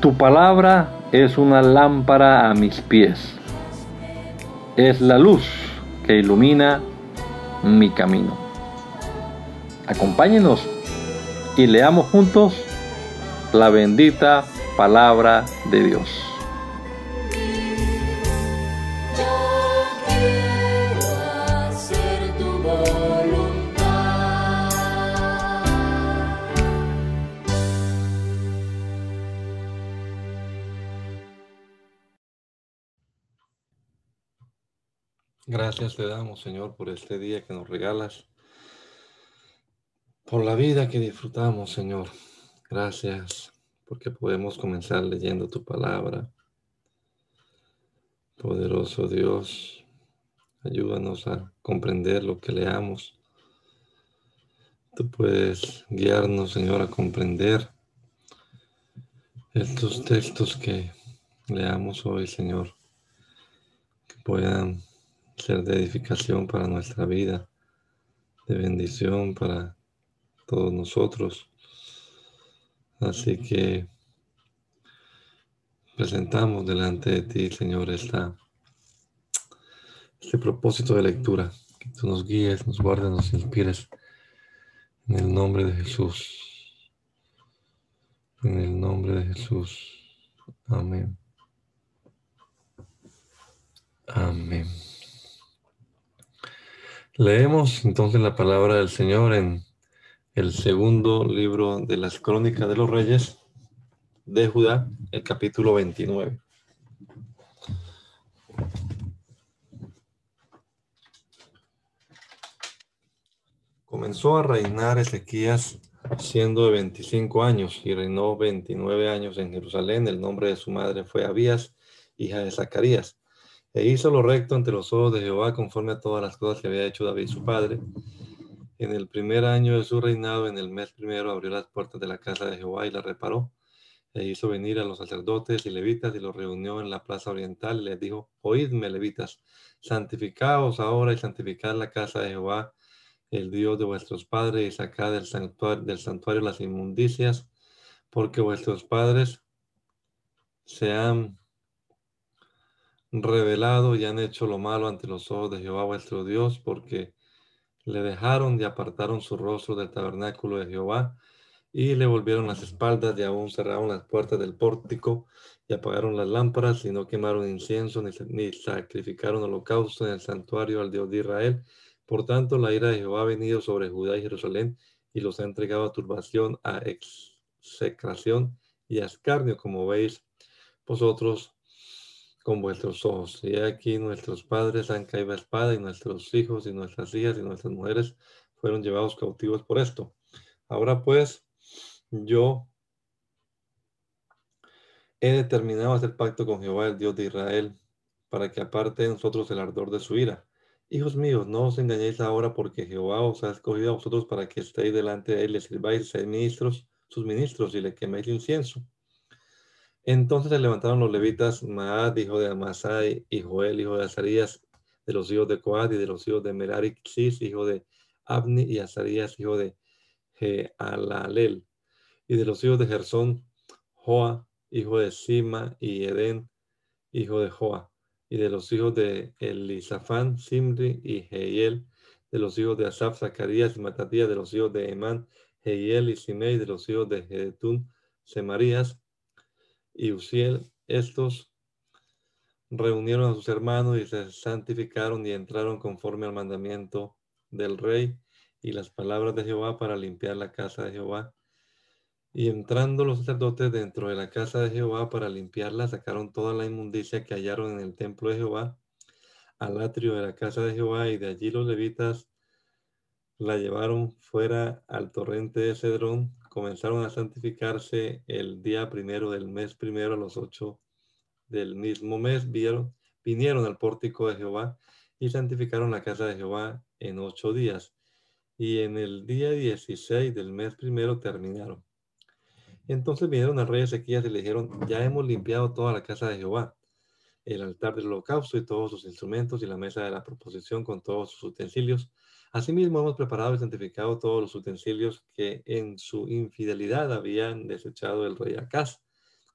Tu palabra es una lámpara a mis pies, es la luz que ilumina mi camino. Acompáñenos y leamos juntos la bendita palabra de Dios. Gracias te damos, Señor, por este día que nos regalas, por la vida que disfrutamos, Señor. Gracias porque podemos comenzar leyendo tu palabra. Poderoso Dios, ayúdanos a comprender lo que leamos. Tú puedes guiarnos, Señor, a comprender estos textos que leamos hoy, Señor, que puedan ser de edificación para nuestra vida, de bendición para todos nosotros. Así que presentamos delante de ti, Señor, este propósito de lectura. Que tú nos guíes, nos guardes, nos inspires. En el nombre de Jesús. En el nombre de Jesús. Amén. Amén. Leemos entonces la palabra del Señor en el segundo libro de las Crónicas de los Reyes de Judá, el capítulo 29. Comenzó a reinar Ezequías siendo de 25 años y reinó 29 años en Jerusalén. El nombre de su madre fue Abías, hija de Zacarías. E hizo lo recto ante los ojos de Jehová conforme a todas las cosas que había hecho David su padre. En el primer año de su reinado, en el mes primero, abrió las puertas de la casa de Jehová y la reparó. E hizo venir a los sacerdotes y levitas y los reunió en la plaza oriental y les dijo: Oídme, levitas, santificaos ahora y santificad la casa de Jehová, el Dios de vuestros padres, y sacad del santuario las inmundicias, porque vuestros padres se han rebelado y han hecho lo malo ante los ojos de Jehová vuestro Dios, porque le dejaron y apartaron su rostro del tabernáculo de Jehová, y le volvieron las espaldas, y aún cerraron las puertas del pórtico, y apagaron las lámparas, y no quemaron incienso, ni sacrificaron holocausto en el santuario al Dios de Israel. Por tanto, la ira de Jehová ha venido sobre Judá y Jerusalén, y los ha entregado a turbación, a execración y a escarnio, como veis vosotros con vuestros ojos. Y aquí nuestros padres han caído a espada, y nuestros hijos y nuestras hijas y nuestras mujeres fueron llevados cautivos por esto. Ahora pues, yo he determinado hacer pacto con Jehová, el Dios de Israel, para que aparte de nosotros el ardor de su ira. Hijos míos, no os engañéis ahora, porque Jehová os ha escogido a vosotros para que estéis delante de él, le sirváis, seáis ministros, sus ministros, y le queméis incienso. Entonces se levantaron los levitas, Maat, hijo de Amasai, y Joel, hijo de Azarías, de los hijos de Coat, y de los hijos de Merari, hijo de Abni, y Azarías, hijo de Jealalel, y de los hijos de Gersón, Joa, hijo de Sima, y Edén, hijo de Joa, y de los hijos de Elisafán, Simri y Jehiel, de los hijos de Asaf, Zacarías y Matatías, de los hijos de Emán, Jehiel y Simei, de los hijos de Jedetún, Semarías y Uziel. Estos reunieron a sus hermanos y se santificaron y entraron conforme al mandamiento del rey y las palabras de Jehová para limpiar la casa de Jehová. Y entrando los sacerdotes dentro de la casa de Jehová para limpiarla, sacaron toda la inmundicia que hallaron en el templo de Jehová al atrio de la casa de Jehová, y de allí los levitas la llevaron fuera al torrente de Cedrón. Comenzaron a santificarse el día primero del mes primero, a los 8 del mismo mes vinieron al pórtico de Jehová y santificaron la casa de Jehová en 8 días. Y en el día 16 del mes primero terminaron. Entonces vinieron al rey Ezequías y le dijeron: ya hemos limpiado toda la casa de Jehová, el altar del holocausto y todos sus instrumentos, y la mesa de la proposición con todos sus utensilios. Asimismo hemos preparado y santificado todos los utensilios que en su infidelidad habían desechado el rey Acaz,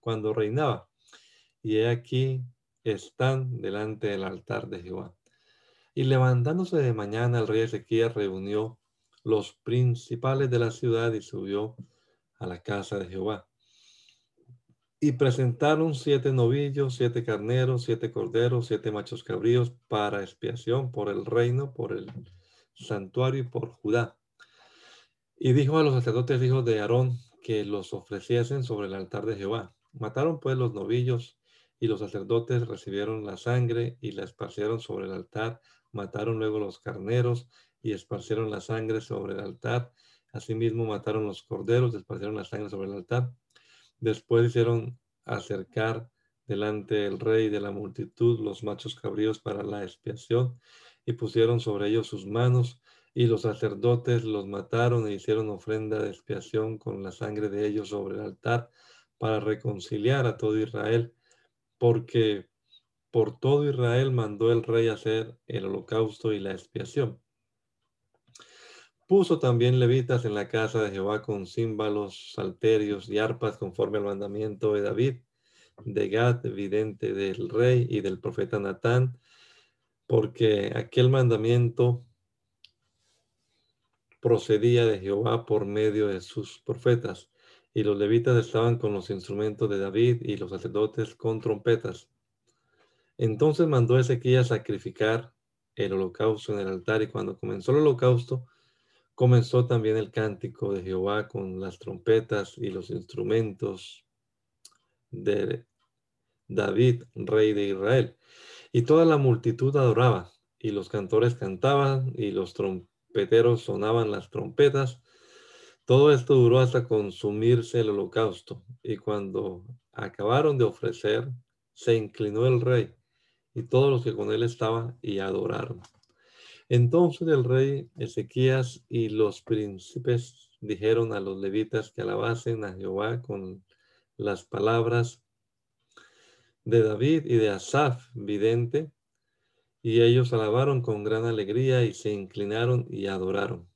cuando reinaba. Y he aquí están delante del altar de Jehová. Y levantándose de mañana, el rey Ezequías reunió los principales de la ciudad y subió a la casa de Jehová. Y presentaron 7 novillos, 7 carneros, 7 corderos, 7 machos cabríos para expiación por el reino, por el santuario y por Judá. Y dijo a los sacerdotes hijos de Aarón que los ofreciesen sobre el altar de Jehová. Mataron pues los novillos, y los sacerdotes recibieron la sangre y la esparcieron sobre el altar. Mataron luego los carneros y esparcieron la sangre sobre el altar. Asimismo mataron los corderos y esparcieron la sangre sobre el altar. Después hicieron acercar delante del rey y de la multitud los machos cabríos para la expiación, y pusieron sobre ellos sus manos, y los sacerdotes los mataron e hicieron ofrenda de expiación con la sangre de ellos sobre el altar para reconciliar a todo Israel, porque por todo Israel mandó el rey hacer el holocausto y la expiación. Puso también levitas en la casa de Jehová con címbalos, salterios y arpas conforme al mandamiento de David, de Gad, vidente del rey, y del profeta Natán, porque aquel mandamiento procedía de Jehová por medio de sus profetas. Y los levitas estaban con los instrumentos de David y los sacerdotes con trompetas. Entonces mandó Ezequías sacrificar el holocausto en el altar, y cuando comenzó el holocausto, comenzó también el cántico de Jehová con las trompetas y los instrumentos de David, rey de Israel. Y toda la multitud adoraba, y los cantores cantaban, y los trompeteros sonaban las trompetas. Todo esto duró hasta consumirse el holocausto. Y cuando acabaron de ofrecer, se inclinó el rey y todos los que con él estaban y adoraron. Entonces el rey Ezequías y los príncipes dijeron a los levitas que alabasen a Jehová con las palabras de David y de Asaf, vidente, y ellos alabaron con gran alegría y se inclinaron y adoraron.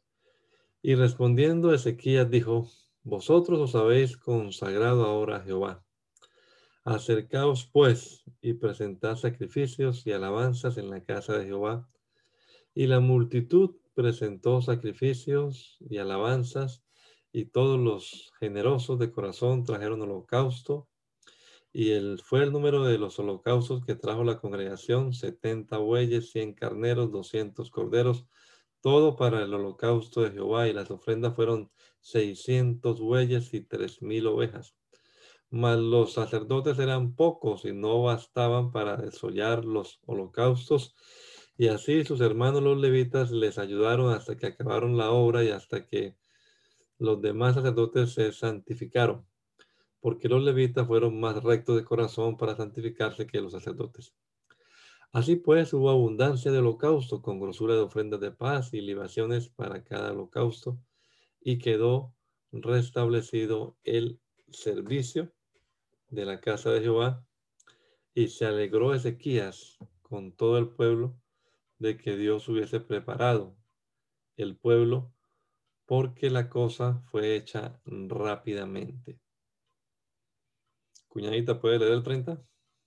Y respondiendo Ezequías dijo: Vosotros os habéis consagrado ahora a Jehová. Acercaos pues y presentad sacrificios y alabanzas en la casa de Jehová. Y la multitud presentó sacrificios y alabanzas, y todos los generosos de corazón trajeron holocausto. Y fue el número de los holocaustos que trajo la congregación: 70 bueyes, 100 carneros, 200 corderos, todo para el holocausto de Jehová. Y las ofrendas fueron 600 bueyes y 3000 ovejas. Mas los sacerdotes eran pocos y no bastaban para desollar los holocaustos. Y así sus hermanos los levitas les ayudaron hasta que acabaron la obra y hasta que los demás sacerdotes se santificaron, porque los levitas fueron más rectos de corazón para santificarse que los sacerdotes. Así pues hubo abundancia de holocausto con grosura de ofrendas de paz y libaciones para cada holocausto, y quedó restablecido el servicio de la casa de Jehová. Y se alegró Ezequías con todo el pueblo de que Dios hubiese preparado el pueblo, porque la cosa fue hecha rápidamente. Cuñadita, ¿puede leer el 30?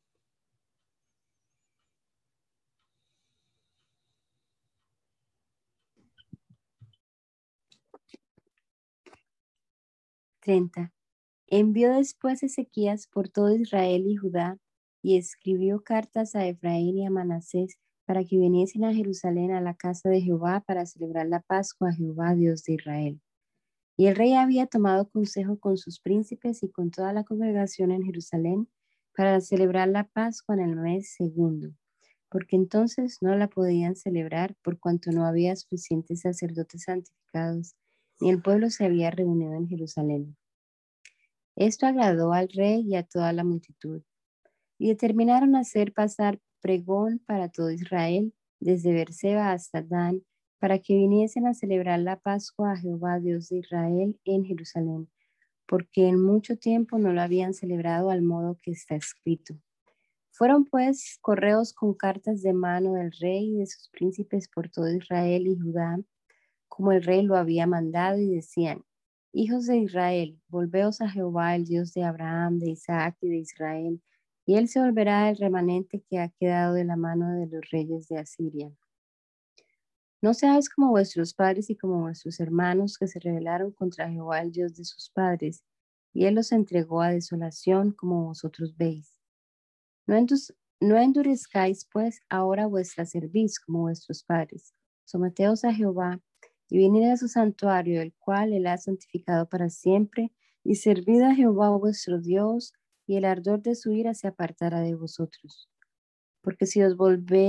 Envió después Ezequías por todo Israel y Judá, y escribió cartas a Efraín y a Manasés para que viniesen a Jerusalén a la casa de Jehová para celebrar la Pascua a Jehová, Dios de Israel. Y el rey había tomado consejo con sus príncipes y con toda la congregación en Jerusalén para celebrar la Pascua en el mes segundo, porque entonces no la podían celebrar por cuanto no había suficientes sacerdotes santificados, ni el pueblo se había reunido en Jerusalén. Esto agradó al rey y a toda la multitud, y determinaron hacer pasar pregón para todo Israel, desde Beerseba hasta Dan, para que viniesen a celebrar la Pascua a Jehová, Dios de Israel, en Jerusalén, porque en mucho tiempo no lo habían celebrado al modo que está escrito. Fueron pues correos con cartas de mano del rey y de sus príncipes por todo Israel y Judá, como el rey lo había mandado, y decían: Hijos de Israel, volveos a Jehová, el Dios de Abraham, de Isaac y de Israel, y él se volverá del remanente que ha quedado de la mano de los reyes de Asiria. No seáis como vuestros padres y como vuestros hermanos que se rebelaron contra Jehová, el Dios de sus padres, y él los entregó a desolación como vosotros veis. No endurezcáis pues ahora vuestra cerviz como vuestros padres. Someteos a Jehová y venid a su santuario, el cual él ha santificado para siempre, y servid a Jehová vuestro Dios, y el ardor de su ira se apartará de vosotros. Porque si os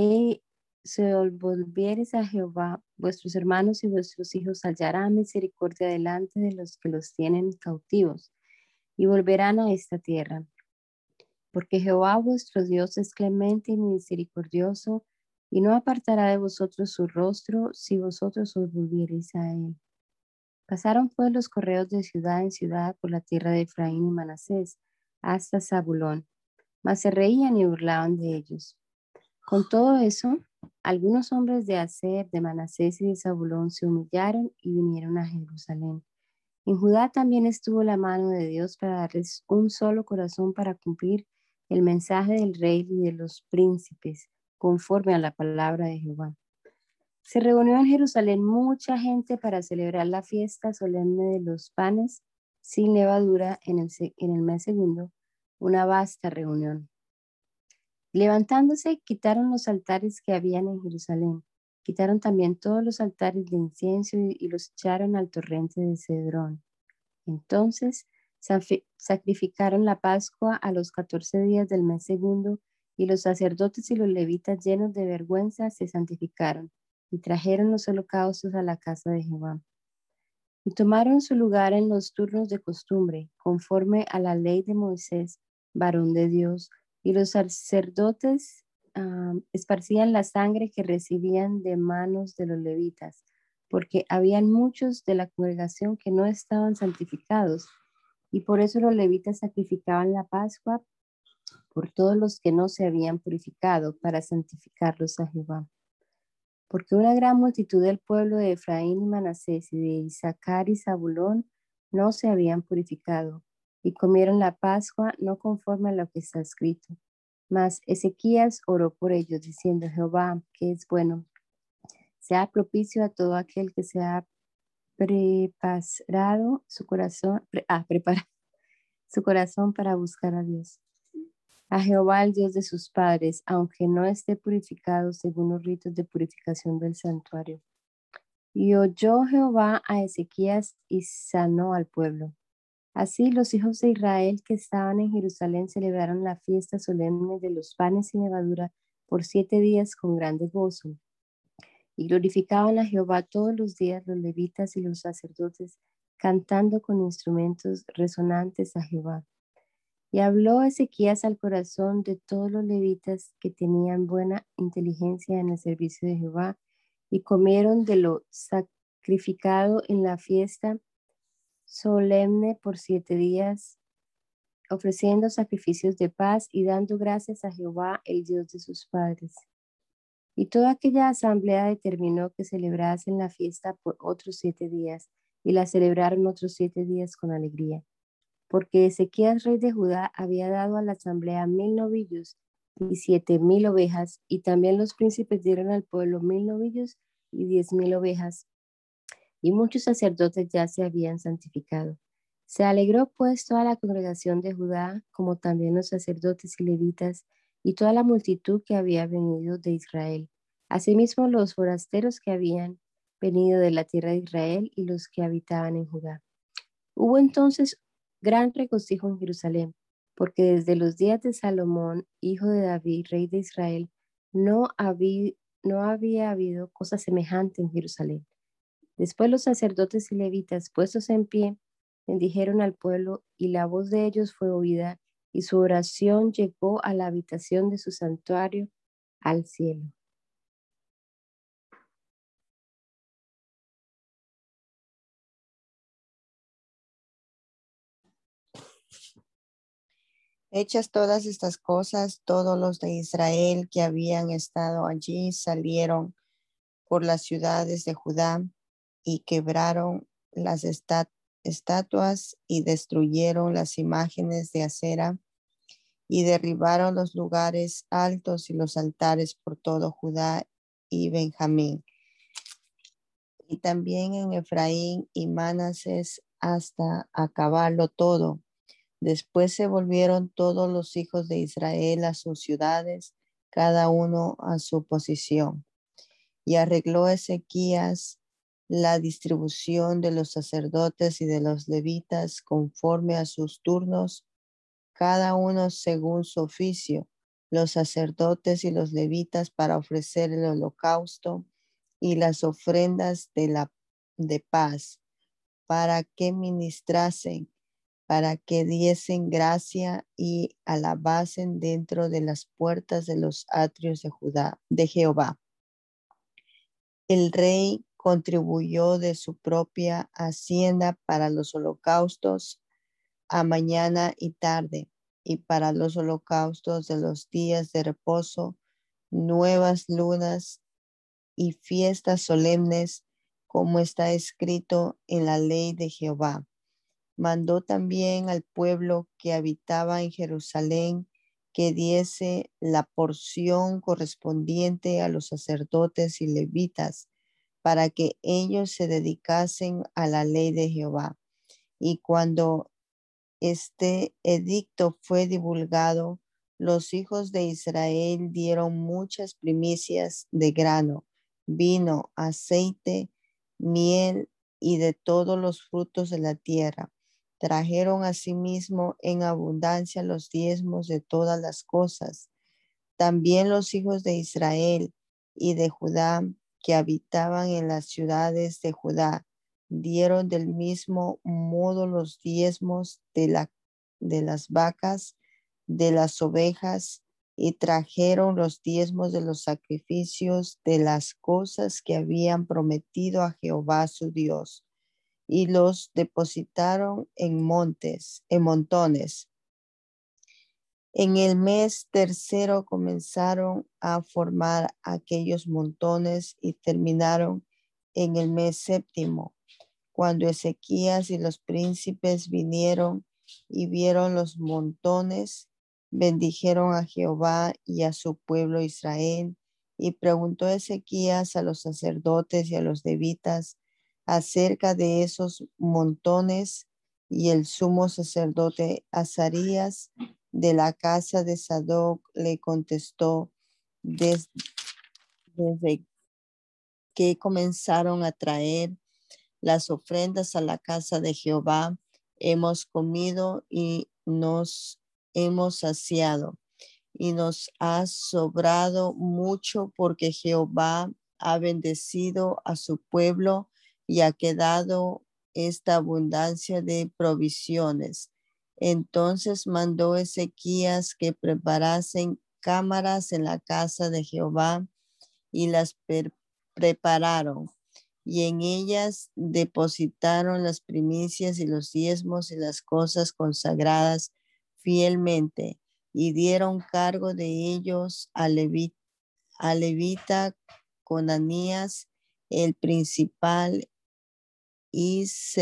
volviereis a Jehová, vuestros hermanos y vuestros hijos hallarán misericordia delante de los que los tienen cautivos, y volverán a esta tierra. Porque Jehová vuestro Dios es clemente y misericordioso, y no apartará de vosotros su rostro si vosotros os volviereis a él. Pasaron pues los correos de ciudad en ciudad por la tierra de Efraín y Manasés, hasta Zabulón, mas se reían y burlaban de ellos. Con todo eso, algunos hombres de Aser, de Manasés y de Zabulón se humillaron y vinieron a Jerusalén. En Judá también estuvo la mano de Dios para darles un solo corazón para cumplir el mensaje del rey y de los príncipes, conforme a la palabra de Jehová. Se reunió en Jerusalén mucha gente para celebrar la fiesta solemne de los panes sin levadura en el mes segundo, una vasta reunión. Levantándose, quitaron los altares que habían en Jerusalén. Quitaron también todos los altares de incienso y los echaron al torrente de Cedrón. Entonces sacrificaron la Pascua a los 14 días del mes segundo, y los sacerdotes y los levitas, llenos de vergüenza, se santificaron y trajeron los holocaustos a la casa de Jehová. Y tomaron su lugar en los turnos de costumbre, conforme a la ley de Moisés, varón de Dios, y los sacerdotes esparcían la sangre que recibían de manos de los levitas, porque habían muchos de la congregación que no estaban santificados, y por eso los levitas sacrificaban la Pascua por todos los que no se habían purificado, para santificarlos a Jehová. Porque una gran multitud del pueblo de Efraín y Manasés y de Isaacar y Zabulón no se habían purificado, y comieron la Pascua no conforme a lo que está escrito. Mas Ezequías oró por ellos, diciendo: Jehová, que es bueno, sea propicio a todo aquel que se ha preparado su corazón para buscar a Dios. A Jehová, el Dios de sus padres, aunque no esté purificado según los ritos de purificación del santuario. Y oyó Jehová a Ezequías y sanó al pueblo. Así los hijos de Israel que estaban en Jerusalén celebraron la fiesta solemne de los panes sin levadura por 7 días con grande gozo. Y glorificaban a Jehová todos los días los levitas y los sacerdotes, cantando con instrumentos resonantes a Jehová. Y habló Ezequías al corazón de todos los levitas que tenían buena inteligencia en el servicio de Jehová, y comieron de lo sacrificado en la fiesta solemne por 7 días, ofreciendo sacrificios de paz y dando gracias a Jehová, el Dios de sus padres. Y toda aquella asamblea determinó que celebrasen la fiesta por otros 7 días, y la celebraron otros 7 días con alegría. Porque Ezequías, rey de Judá, había dado a la asamblea 1000 novillos y 7000 ovejas, y también los príncipes dieron al pueblo 1000 novillos y 10,000 ovejas, y muchos sacerdotes ya se habían santificado. Se alegró pues toda la congregación de Judá, como también los sacerdotes y levitas, y toda la multitud que había venido de Israel. Asimismo los forasteros que habían venido de la tierra de Israel y los que habitaban en Judá. Hubo entonces gran regocijo en Jerusalén, porque desde los días de Salomón, hijo de David, rey de Israel, no había habido cosa semejante en Jerusalén. Después los sacerdotes y levitas, puestos en pie, bendijeron al pueblo, y la voz de ellos fue oída, y su oración llegó a la habitación de su santuario, al cielo. Hechas todas estas cosas, todos los de Israel que habían estado allí salieron por las ciudades de Judá y quebraron las estatuas y destruyeron las imágenes de acera y derribaron los lugares altos y los altares por todo Judá y Benjamín, y también en Efraín y Manasés hasta acabarlo todo. Después se volvieron todos los hijos de Israel a sus ciudades, cada uno a su posición. Y arregló Ezequías la distribución de los sacerdotes y de los levitas conforme a sus turnos, cada uno según su oficio, los sacerdotes y los levitas para ofrecer el holocausto y las ofrendas de paz, para que ministrasen, para que diesen gracia y alabasen dentro de las puertas de los atrios de Jehová. El rey contribuyó de su propia hacienda para los holocaustos a mañana y tarde, y para los holocaustos de los días de reposo, nuevas lunas y fiestas solemnes, como está escrito en la ley de Jehová. Mandó también al pueblo que habitaba en Jerusalén que diese la porción correspondiente a los sacerdotes y levitas, para que ellos se dedicasen a la ley de Jehová. Y cuando este edicto fue divulgado, los hijos de Israel dieron muchas primicias de grano, vino, aceite, miel y de todos los frutos de la tierra. Trajeron asimismo en abundancia los diezmos de todas las cosas. También los hijos de Israel y de Judá que habitaban en las ciudades de Judá dieron del mismo modo los diezmos de las vacas, de las ovejas, y trajeron los diezmos de los sacrificios de las cosas que habían prometido a Jehová su Dios, y los depositaron en montones. En el mes tercero comenzaron a formar aquellos montones y terminaron en el mes séptimo, cuando Ezequías y los príncipes vinieron y vieron los montones, bendijeron a Jehová y a su pueblo Israel. Y preguntó Ezequías a los sacerdotes y a los levitas acerca de esos montones, y el sumo sacerdote Azarías de la casa de Sadoc le contestó: desde que comenzaron a traer las ofrendas a la casa de Jehová, hemos comido y nos hemos saciado, y nos ha sobrado mucho, porque Jehová ha bendecido a su pueblo y ha quedado esta abundancia de provisiones. Entonces mandó Ezequías que preparasen cámaras en la casa de Jehová, y las prepararon, y en ellas depositaron las primicias y los diezmos y las cosas consagradas fielmente, y dieron cargo de ellos a levita Conanías, el principal, y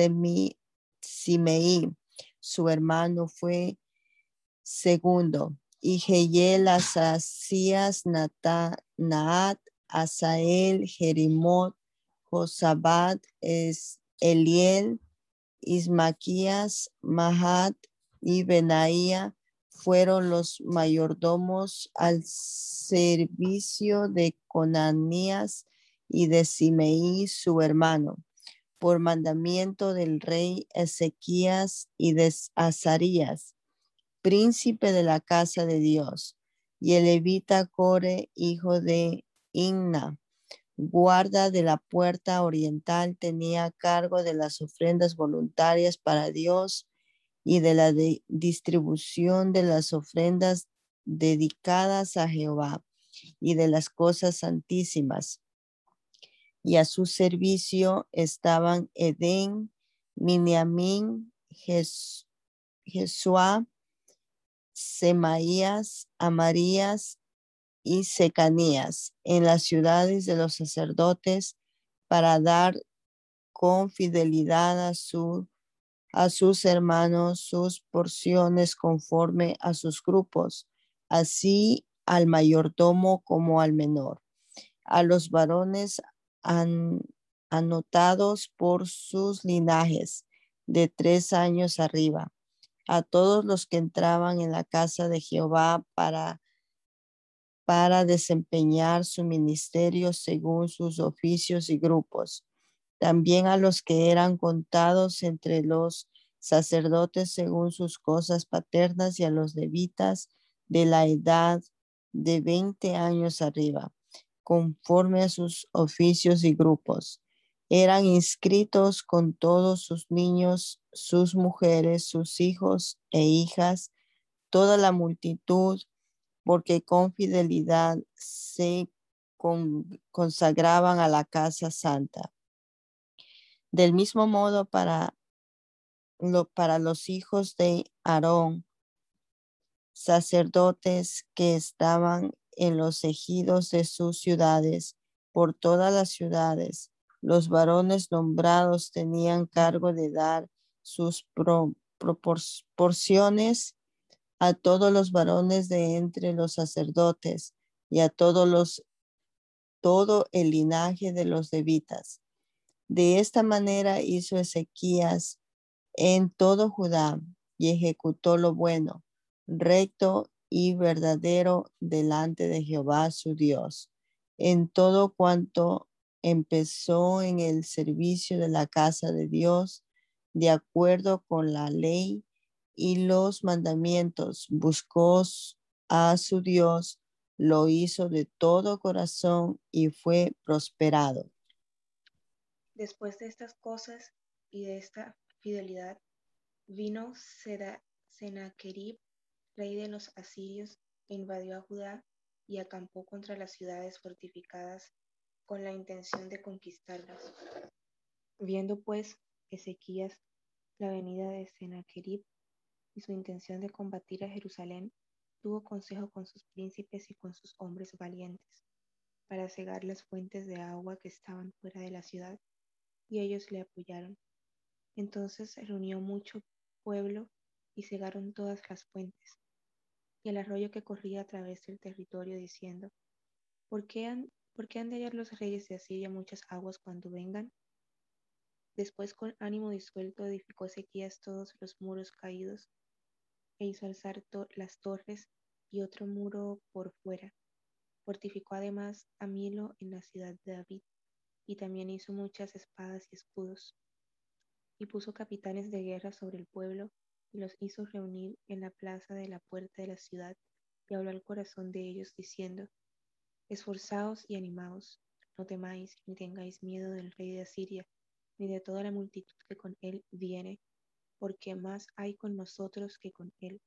Simeí, su hermano, fue segundo, y Jehiel, Asasías, Naat, Asael, Jerimot, Josabad, Eliel, Ismaquías, Mahat y Benaía fueron los mayordomos al servicio de Conanías y de Simeí su hermano, por mandamiento del rey Ezequías y de Azarías, príncipe de la casa de Dios, y el levita Core, hijo de Inna, guarda de la puerta oriental, tenía cargo de las ofrendas voluntarias para Dios y de la distribución de las ofrendas dedicadas a Jehová y de las cosas santísimas. Y a su servicio estaban Edén, Miniamín, Jesuá, Semaías, Amarías y Secanías en las ciudades de los sacerdotes, para dar con fidelidad a su a sus hermanos sus porciones conforme a sus grupos, así al mayordomo como al menor. A los varones anotados por sus linajes de 3 años arriba, a todos los que entraban en la casa de Jehová para desempeñar su ministerio según sus oficios y grupos. También a los que eran contados entre los sacerdotes según sus cosas paternas y a los levitas de la edad de 20 años arriba, conforme a sus oficios y grupos. Eran inscritos con todos sus niños, sus mujeres, sus hijos e hijas, toda la multitud, porque con fidelidad se consagraban a la casa santa. Del mismo modo para los hijos de Aarón, sacerdotes que estaban en los ejidos de sus ciudades, por todas las ciudades, los varones nombrados tenían cargo de dar sus proporciones a todos los varones de entre los sacerdotes y a todo el linaje de los levitas. De esta manera hizo Ezequías en todo Judá y ejecutó lo bueno, recto y verdadero delante de Jehová su Dios, en todo cuanto empezó en el servicio de la casa de Dios, de acuerdo con la ley y los mandamientos, buscó a su Dios, lo hizo de todo corazón y fue prosperado. Después de estas cosas y de esta fidelidad, vino Sennacherib, rey de los asirios, e invadió a Judá y acampó contra las ciudades fortificadas con la intención de conquistarlas. Viendo pues Ezequías la venida de Sennacherib y su intención de combatir a Jerusalén, tuvo consejo con sus príncipes y con sus hombres valientes, para cegar las fuentes de agua que estaban fuera de la ciudad, y ellos le apoyaron. Entonces se reunió mucho pueblo y cegaron todas las fuentes y el arroyo que corría a través del territorio, diciendo: ¿Por qué han de hallar los reyes de Asiria muchas aguas cuando vengan? Después, con ánimo disuelto, edificó Ezequías todos los muros caídos e hizo alzar las torres y otro muro por fuera. Fortificó además a Milo en la ciudad de David, y también hizo muchas espadas y escudos. Y puso capitanes de guerra sobre el pueblo, y los hizo reunir en la plaza de la puerta de la ciudad, y habló al corazón de ellos, diciendo: Esforzaos y animaos, no temáis, ni tengáis miedo del rey de Asiria, ni de toda la multitud que con él viene, porque más hay con nosotros que con él.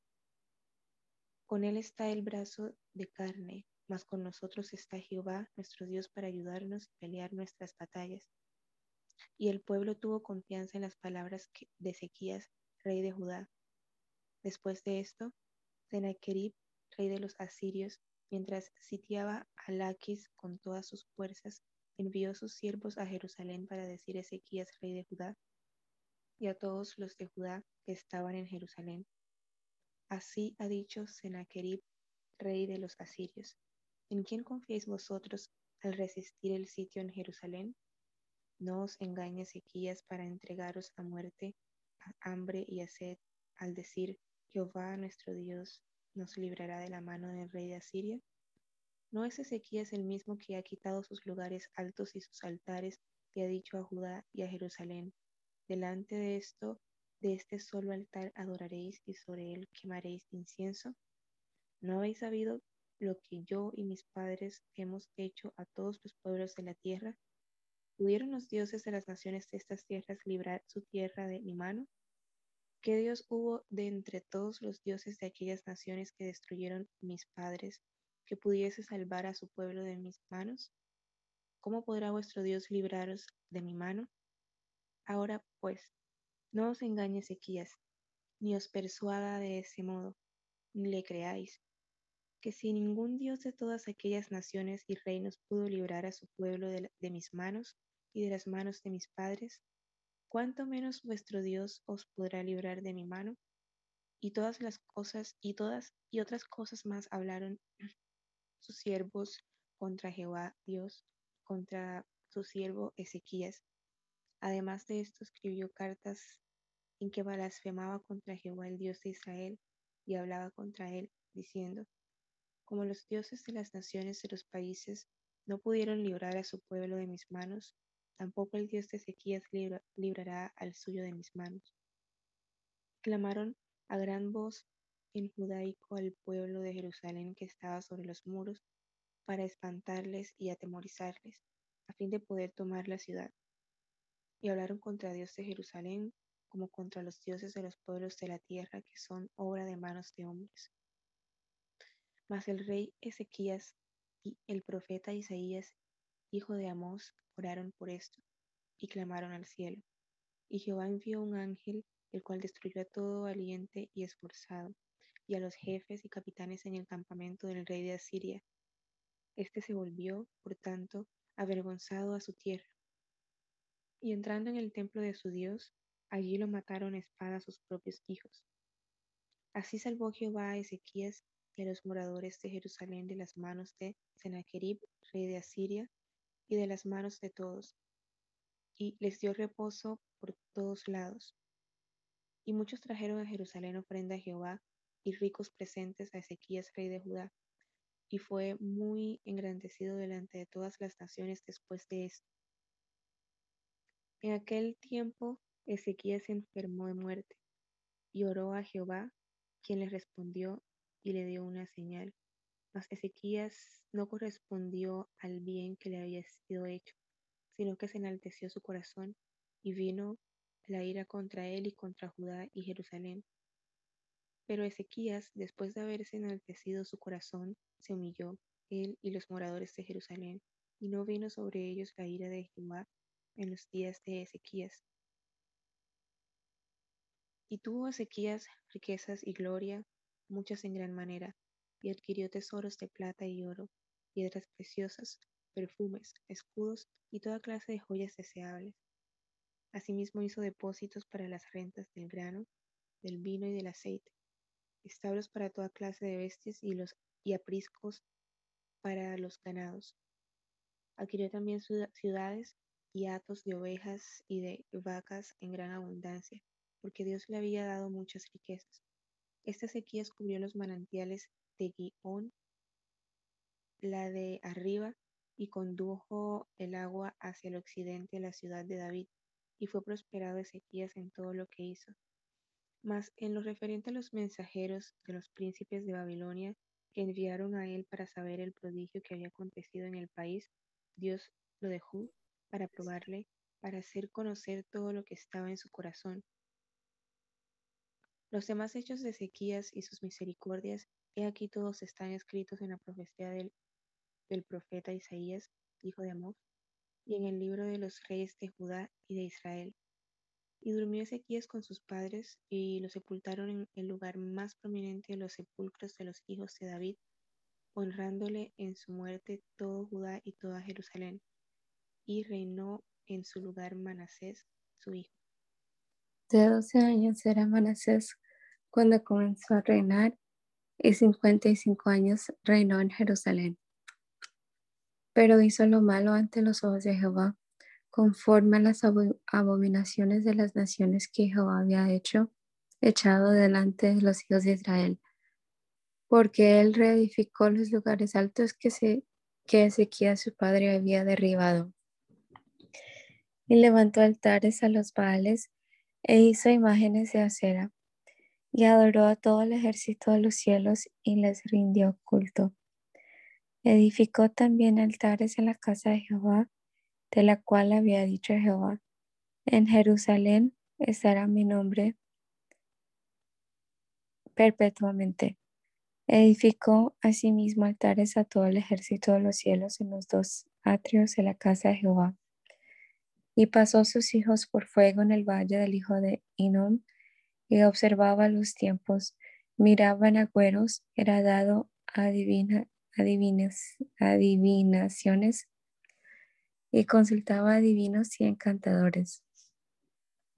Con él está el brazo de carne, mas con nosotros está Jehová, nuestro Dios, para ayudarnos y pelear nuestras batallas. Y el pueblo tuvo confianza en las palabras de Ezequías, rey de Judá. Después de esto, Sennacherib, rey de los asirios, mientras sitiaba a Laquis con todas sus fuerzas, envió sus siervos a Jerusalén para decir a Ezequías, rey de Judá, y a todos los de Judá que estaban en Jerusalén: Así ha dicho Sennacherib, rey de los asirios: ¿En quién confiáis vosotros al resistir el sitio en Jerusalén? No os engañe Ezequías para entregaros a muerte, a hambre y a sed, al decir: Jehová nuestro Dios nos librará de la mano del rey de Asiria. ¿No es Ezequías el mismo que ha quitado sus lugares altos y sus altares, y ha dicho a Judá y a Jerusalén: delante de este solo altar adoraréis, y sobre él quemaréis incienso? ¿No habéis sabido lo que yo y mis padres hemos hecho a todos los pueblos de la tierra? ¿Pudieron los dioses de las naciones de estas tierras librar su tierra de mi mano? ¿Qué Dios hubo de entre todos los dioses de aquellas naciones que destruyeron mis padres, que pudiese salvar a su pueblo de mis manos? ¿Cómo podrá vuestro Dios libraros de mi mano? Ahora pues, no os engañe Ezequías, ni os persuada de ese modo, ni le creáis, que si ningún Dios de todas aquellas naciones y reinos pudo librar a su pueblo de mis manos y de las manos de mis padres, ¿cuánto menos vuestro Dios os podrá librar de mi mano? Y todas las cosas y otras cosas más hablaron sus siervos contra Jehová Dios, contra su siervo Ezequías. Además de esto, escribió cartas en que blasfemaba contra Jehová, el Dios de Israel, y hablaba contra él, diciendo: como los dioses de las naciones de los países no pudieron librar a su pueblo de mis manos, tampoco el Dios de Ezequías librará al suyo de mis manos. Clamaron a gran voz en judaico al pueblo de Jerusalén que estaba sobre los muros, para espantarles y atemorizarles, a fin de poder tomar la ciudad. Y hablaron contra Dios de Jerusalén, como contra los dioses de los pueblos de la tierra, que son obra de manos de hombres. Mas el rey Ezequías y el profeta Isaías, hijo de Amós, oraron por esto, y clamaron al cielo. Y Jehová envió un ángel, el cual destruyó a todo valiente y esforzado, y a los jefes y capitanes en el campamento del rey de Asiria. Este se volvió, por tanto, avergonzado a su tierra, y entrando en el templo de su Dios, allí lo mataron a espada sus propios hijos. Así salvó Jehová a Ezequías y a los moradores de Jerusalén de las manos de Sennacherib, rey de Asiria, y de las manos de todos, y les dio reposo por todos lados. Y muchos trajeron a Jerusalén ofrenda a Jehová y ricos presentes a Ezequías, rey de Judá, y fue muy engrandecido delante de todas las naciones después de esto. En aquel tiempo Ezequías se enfermó de muerte, y oró a Jehová, quien le respondió y le dio una señal. Mas Ezequías no correspondió al bien que le había sido hecho, sino que se enalteció su corazón, y vino la ira contra él y contra Judá y Jerusalén. Pero Ezequías, después de haberse enaltecido su corazón, se humilló, él y los moradores de Jerusalén, y no vino sobre ellos la ira de Jehová en los días de Ezequías. Y tuvo Ezequías riquezas y gloria, muchas en gran manera, y adquirió tesoros de plata y oro, piedras preciosas, perfumes, escudos y toda clase de joyas deseables. Asimismo hizo depósitos para las rentas del grano, del vino y del aceite, establos para toda clase de bestias y apriscos para los ganados. Adquirió también ciudades y hatos de ovejas y de vacas en gran abundancia, porque Dios le había dado muchas riquezas. Esta Ezequías cubrió los manantiales de Gihón, la de arriba, y condujo el agua hacia el occidente de la ciudad de David, y fue prosperado Ezequías en todo lo que hizo. Mas en lo referente a los mensajeros de los príncipes de Babilonia, que enviaron a él para saber el prodigio que había acontecido en el país, Dios lo dejó para probarle, para hacer conocer todo lo que estaba en su corazón. Los demás hechos de Ezequías y sus misericordias, he aquí todos están escritos en la profecía del profeta Isaías, hijo de Amós, y en el libro de los reyes de Judá y de Israel. Y durmió Ezequías con sus padres, y lo sepultaron en el lugar más prominente de los sepulcros de los hijos de David, honrándole en su muerte todo Judá y toda Jerusalén. Y reinó en su lugar Manasés, su hijo. De 12 años era Manasés cuando comenzó a reinar, y 55 años reinó en Jerusalén. Pero hizo lo malo ante los ojos de Jehová, conforme a las abominaciones de las naciones que Jehová había echado delante de los hijos de Israel, porque él reedificó los lugares altos que Ezequías su padre había derribado, y levantó altares a los Baales, e hizo imágenes de acera, y adoró a todo el ejército de los cielos, y les rindió culto. Edificó también altares en la casa de Jehová, de la cual había dicho Jehová: en Jerusalén estará mi nombre perpetuamente. Edificó asimismo altares a todo el ejército de los cielos en los dos atrios de la casa de Jehová. Y pasó sus hijos por fuego en el valle del hijo de Hinnom, y observaba los tiempos, miraba en agüeros, era dado a adivinaciones, y consultaba a adivinos y encantadores.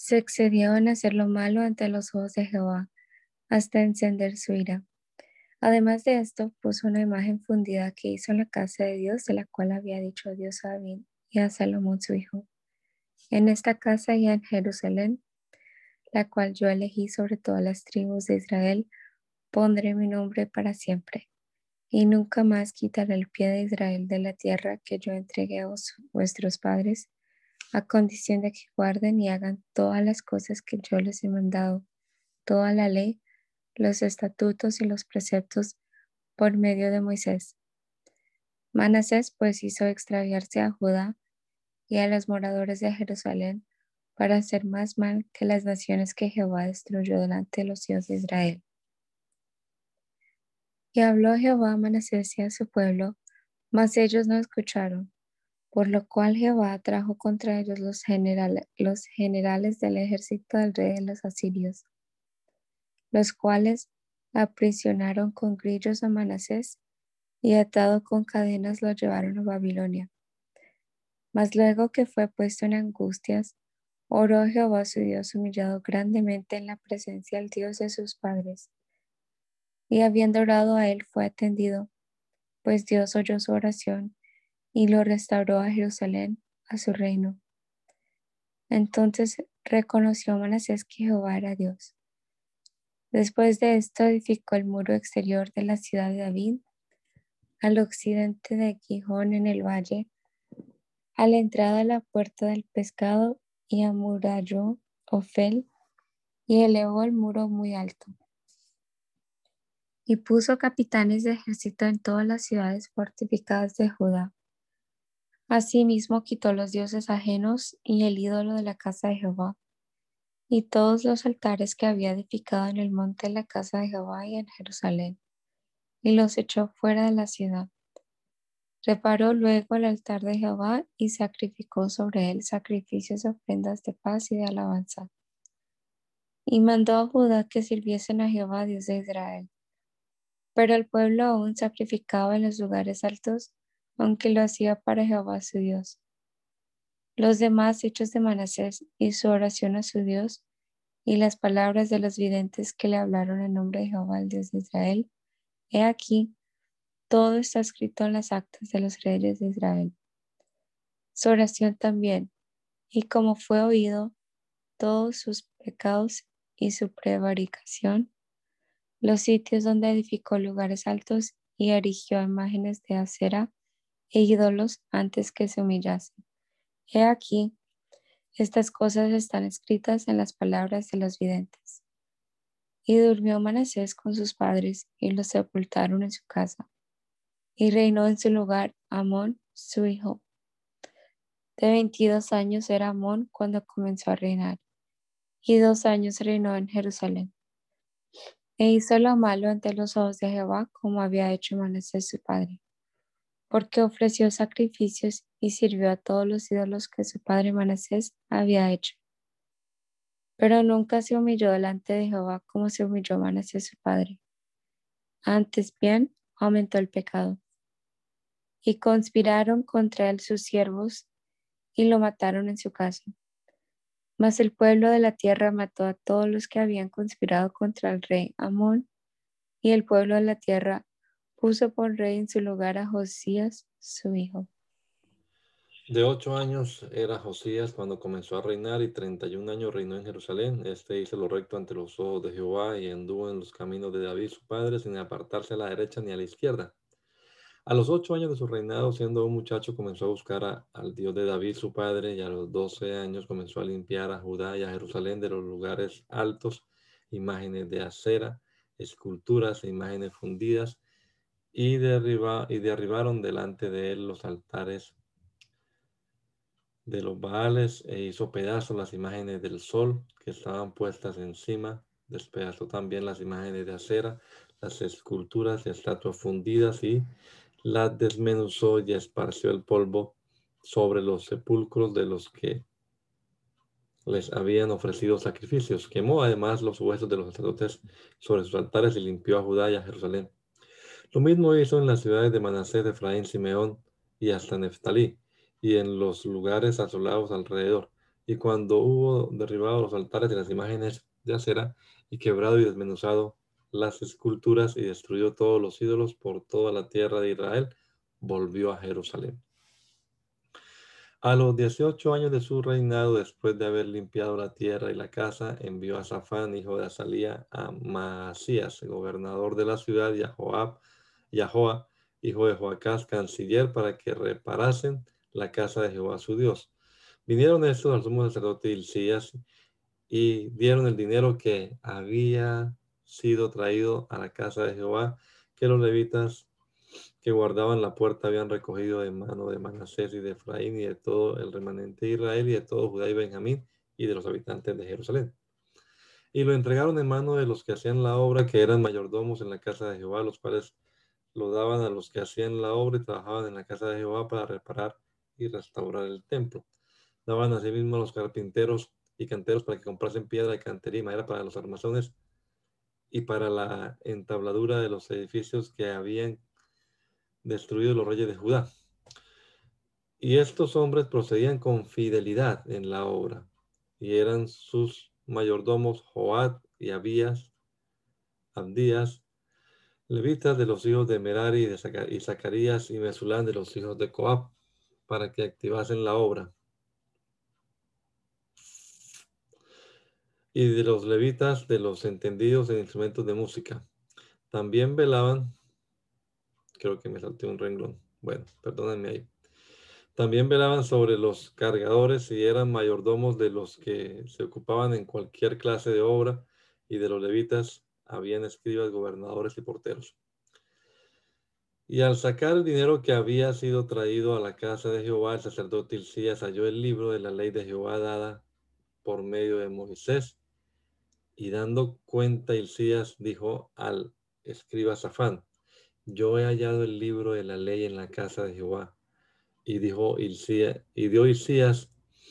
se excedió en hacer lo malo ante los ojos de Jehová, hasta encender su ira. Además de esto, puso una imagen fundida que hizo en la casa de Dios, de la cual había dicho Dios a David y a Salomón su hijo. En esta casa y en Jerusalén, la cual yo elegí sobre todas las tribus de Israel, pondré mi nombre para siempre, y nunca más quitaré el pie de Israel de la tierra que yo entregué a vuestros padres, a condición de que guarden y hagan todas las cosas que yo les he mandado, toda la ley, los estatutos y los preceptos por medio de Moisés. Manasés pues hizo extraviarse a Judá y a los moradores de Jerusalén para hacer más mal que las naciones que Jehová destruyó delante de los hijos de Israel. Y habló Jehová a Manasés y a su pueblo, mas ellos no escucharon, por lo cual Jehová trajo contra ellos los generales del ejército del rey de los asirios, los cuales aprisionaron con grillos a Manasés y atado con cadenas lo llevaron a Babilonia. Mas luego que fue puesto en angustias, oró a Jehová su Dios humillado grandemente en la presencia del Dios de sus padres. Y habiendo orado a él fue atendido, pues Dios oyó su oración y lo restauró a Jerusalén, a su reino. Entonces reconoció Manasés que Jehová era Dios. Después de esto edificó el muro exterior de la ciudad de David, al occidente de Gijón en el valle, a la entrada de la puerta del pescado, y amuralló Ofel, y elevó el muro muy alto. Y puso capitanes de ejército en todas las ciudades fortificadas de Judá. Asimismo quitó los dioses ajenos y el ídolo de la casa de Jehová, y todos los altares que había edificado en el monte de la casa de Jehová y en Jerusalén, y los echó fuera de la ciudad. Reparó luego el altar de Jehová y sacrificó sobre él sacrificios, ofrendas de paz y de alabanza. Y mandó a Judá que sirviesen a Jehová, Dios de Israel. Pero el pueblo aún sacrificaba en los lugares altos, aunque lo hacía para Jehová su Dios. Los demás hechos de Manasés y su oración a su Dios, y las palabras de los videntes que le hablaron en nombre de Jehová, el Dios de Israel, he aquí, todo está escrito en las actas de los reyes de Israel. Su oración también, y como fue oído, todos sus pecados y su prevaricación, los sitios donde edificó lugares altos y erigió imágenes de acera e ídolos antes que se humillasen. He aquí, estas cosas están escritas en las palabras de los videntes. Y durmió Manasés con sus padres, y los sepultaron en su casa. Y reinó en su lugar Amón, su hijo. De 22 años era Amón cuando comenzó a reinar, y 2 años reinó en Jerusalén. E hizo lo malo ante los ojos de Jehová, como había hecho Manasés su padre, porque ofreció sacrificios y sirvió a todos los ídolos que su padre Manasés había hecho. Pero nunca se humilló delante de Jehová como se humilló Manasés su padre. Antes bien, aumentó el pecado. Y conspiraron contra él sus siervos, y lo mataron en su casa. Mas el pueblo de la tierra mató a todos los que habían conspirado contra el rey Amón, y el pueblo de la tierra puso por rey en su lugar a Josías, su hijo. De 8 años era Josías cuando comenzó a reinar, y 31 años reinó en Jerusalén. Este hizo lo recto ante los ojos de Jehová, y anduvo en los caminos de David su padre, sin apartarse a la derecha ni a la izquierda. A los 8 años de su reinado, siendo un muchacho, comenzó a buscar al Dios de David su padre, y a los 12 años comenzó a limpiar a Judá y a Jerusalén de los lugares altos, imágenes de acera, esculturas e imágenes fundidas, y derribaron delante de él los altares de los Baales, e hizo pedazos las imágenes del sol que estaban puestas encima. Despedazó también las imágenes de acera, las esculturas y estatuas fundidas, y las desmenuzó y esparció el polvo sobre los sepulcros de los que les habían ofrecido sacrificios. Quemó además los huesos de los sacerdotes sobre sus altares, y limpió a Judá y a Jerusalén. Lo mismo hizo en las ciudades de Manasés, de Efraín, Simeón y hasta Neftalí, y en los lugares asolados alrededor. Y cuando hubo derribado los altares de las imágenes de acera y quebrado y desmenuzado las esculturas y destruido todos los ídolos por toda la tierra de Israel, volvió a Jerusalén. A los 18 años de su reinado, después de haber limpiado la tierra y la casa, envió a Safán, hijo de Azalía, a Maasías, gobernador de la ciudad, y a Joa, hijo de Joacás, canciller, para que reparasen la casa de Jehová su Dios. Vinieron estos al sumo sacerdote Hilcías y dieron el dinero que había sido traído a la casa de Jehová, que los levitas que guardaban la puerta habían recogido de mano de Manasés y de Efraín y de todo el remanente de Israel y de todo Judá y Benjamín y de los habitantes de Jerusalén. Y lo entregaron en mano de los que hacían la obra, que eran mayordomos en la casa de Jehová, los cuales lo daban a los que hacían la obra y trabajaban en la casa de Jehová para reparar y restaurar el templo. Daban asimismo a los carpinteros y canteros para que comprasen piedra de cantería y madera para los armazones y para la entabladura de los edificios que habían destruido los reyes de Judá. Y estos hombres procedían con fidelidad en la obra, y eran sus mayordomos Joad y Abdías, levitas de los hijos de Merari y Zacarías y Mesulán de los hijos de Coab, para que activasen la obra. Y de los levitas de los entendidos en instrumentos de música. También velaban, creo que me salté un renglón, bueno, perdónenme ahí. También velaban sobre los cargadores y eran mayordomos de los que se ocupaban en cualquier clase de obra, y de los levitas habían escribas, gobernadores y porteros. Y al sacar el dinero que había sido traído a la casa de Jehová, el sacerdote Hilcías halló el libro de la ley de Jehová dada por medio de Moisés, y dando cuenta Hilcías dijo al escriba Safán: yo he hallado el libro de la ley en la casa de Jehová. Y dio Hilcías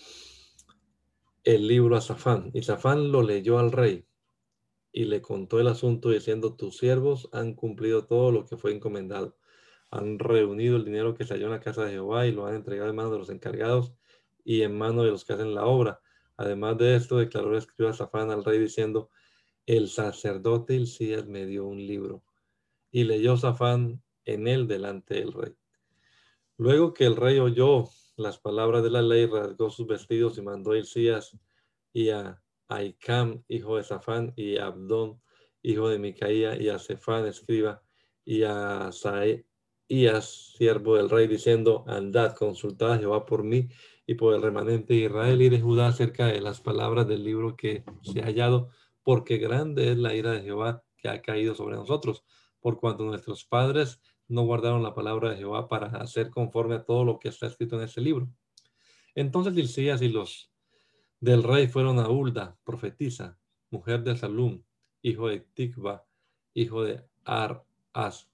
el libro a Safán, y Safán lo leyó al rey y le contó el asunto diciendo: tus siervos han cumplido todo lo que fue encomendado, han reunido el dinero que se halló en la casa de Jehová y lo han entregado en manos de los encargados y en manos de los que hacen la obra. Además de esto, declaró el escriba Safán al rey diciendo: el sacerdote Hilcías me dio un libro. Y leyó Safán en él delante del rey. Luego que el rey oyó las palabras de la ley, rasgó sus vestidos y mandó a Hilcías y a Ahicam, hijo de Safán, y a Abdón, hijo de Micaía, y a Cefán, escriba, y a Asaías, siervo del rey, diciendo: andad, consultad a Jehová por mí y por el remanente de Israel y de Judá acerca de las palabras del libro que se ha hallado, porque grande es la ira de Jehová que ha caído sobre nosotros, por cuanto nuestros padres no guardaron la palabra de Jehová para hacer conforme a todo lo que está escrito en este libro. Entonces Hilcías y los del rey fueron a Hulda, profetisa, mujer de Salum, hijo de Tikva, hijo de Ar-As,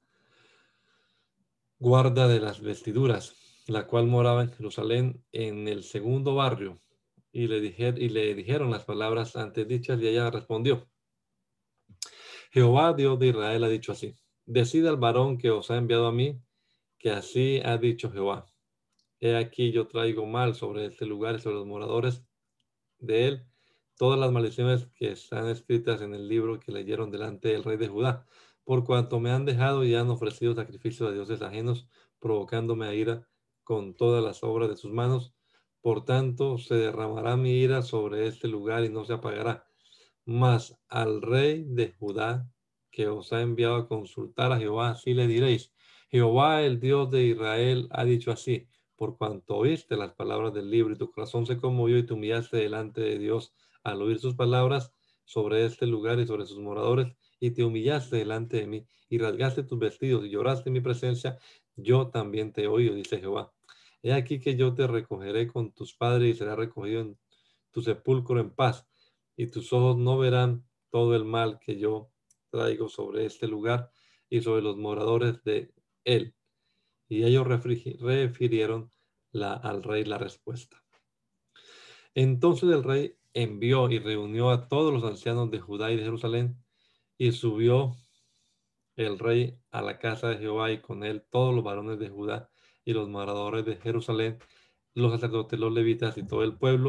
guarda de las vestiduras, la cual moraba en Jerusalén en el segundo barrio, y le dijeron las palabras antes dichas, y ella respondió: Jehová, Dios de Israel, ha dicho así: decida al varón que os ha enviado a mí, que así ha dicho Jehová: he aquí yo traigo mal sobre este lugar y sobre los moradores de él todas las maldiciones que están escritas en el libro que leyeron delante del rey de Judá, por cuanto me han dejado y han ofrecido sacrificios a dioses ajenos, provocándome a ira con todas las obras de sus manos. Por tanto, se derramará mi ira sobre este lugar y no se apagará. Mas al rey de Judá, que os ha enviado a consultar a Jehová, así le diréis: Jehová, el Dios de Israel, ha dicho así: por cuanto oíste las palabras del libro y tu corazón se conmovió y te humillaste delante de Dios al oír sus palabras sobre este lugar y sobre sus moradores, y te humillaste delante de mí y rasgaste tus vestidos y lloraste en mi presencia, yo también te he oído, dice Jehová. He aquí que yo te recogeré con tus padres y serás recogido en tu sepulcro en paz, y tus ojos no verán todo el mal que yo traigo sobre este lugar y sobre los moradores de él. Y ellos refirieron al rey la respuesta. Entonces el rey envió y reunió a todos los ancianos de Judá y de Jerusalén, y subió el rey a la casa de Jehová, y con él todos los varones de Judá y los moradores de Jerusalén, los sacerdotes, los levitas y todo el pueblo,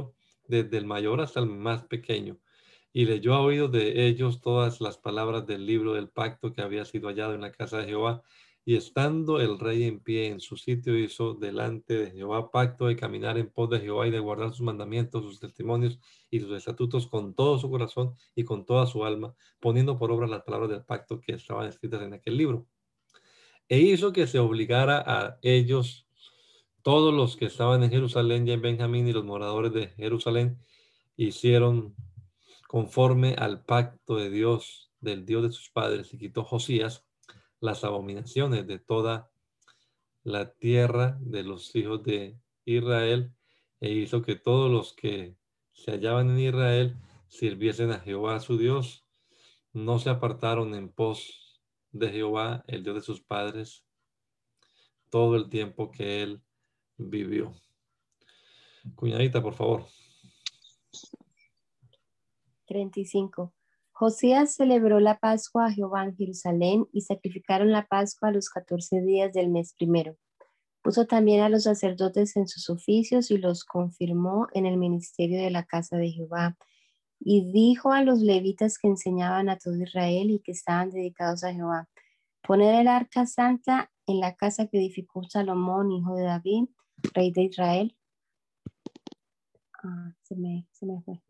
desde el mayor hasta el más pequeño, y leyó a oídos de ellos todas las palabras del libro del pacto que había sido hallado en la casa de Jehová. Y estando el rey en pie en su sitio, hizo delante de Jehová pacto de caminar en pos de Jehová y de guardar sus mandamientos, sus testimonios y sus estatutos con todo su corazón y con toda su alma, poniendo por obra las palabras del pacto que estaban escritas en aquel libro. E hizo que se obligara a ellos todos los que estaban en Jerusalén y en Benjamín, y los moradores de Jerusalén hicieron conforme al pacto de Dios, del Dios de sus padres, y quitó Josías las abominaciones de toda la tierra de los hijos de Israel, e hizo que todos los que se hallaban en Israel sirviesen a Jehová su Dios. No se apartaron en pos de Jehová, el Dios de sus padres, todo el tiempo que él vivió. Cuñadita, por favor. 35. Josías celebró la Pascua a Jehová en Jerusalén y sacrificaron la Pascua a los 14 días del mes primero. Puso también a los sacerdotes en sus oficios y los confirmó en el ministerio de la casa de Jehová. Y dijo a los levitas que enseñaban a todo Israel y que estaban dedicados a Jehová: poner el arca santa en la casa que edificó Salomón, hijo de David, rey de Israel. Se me fue.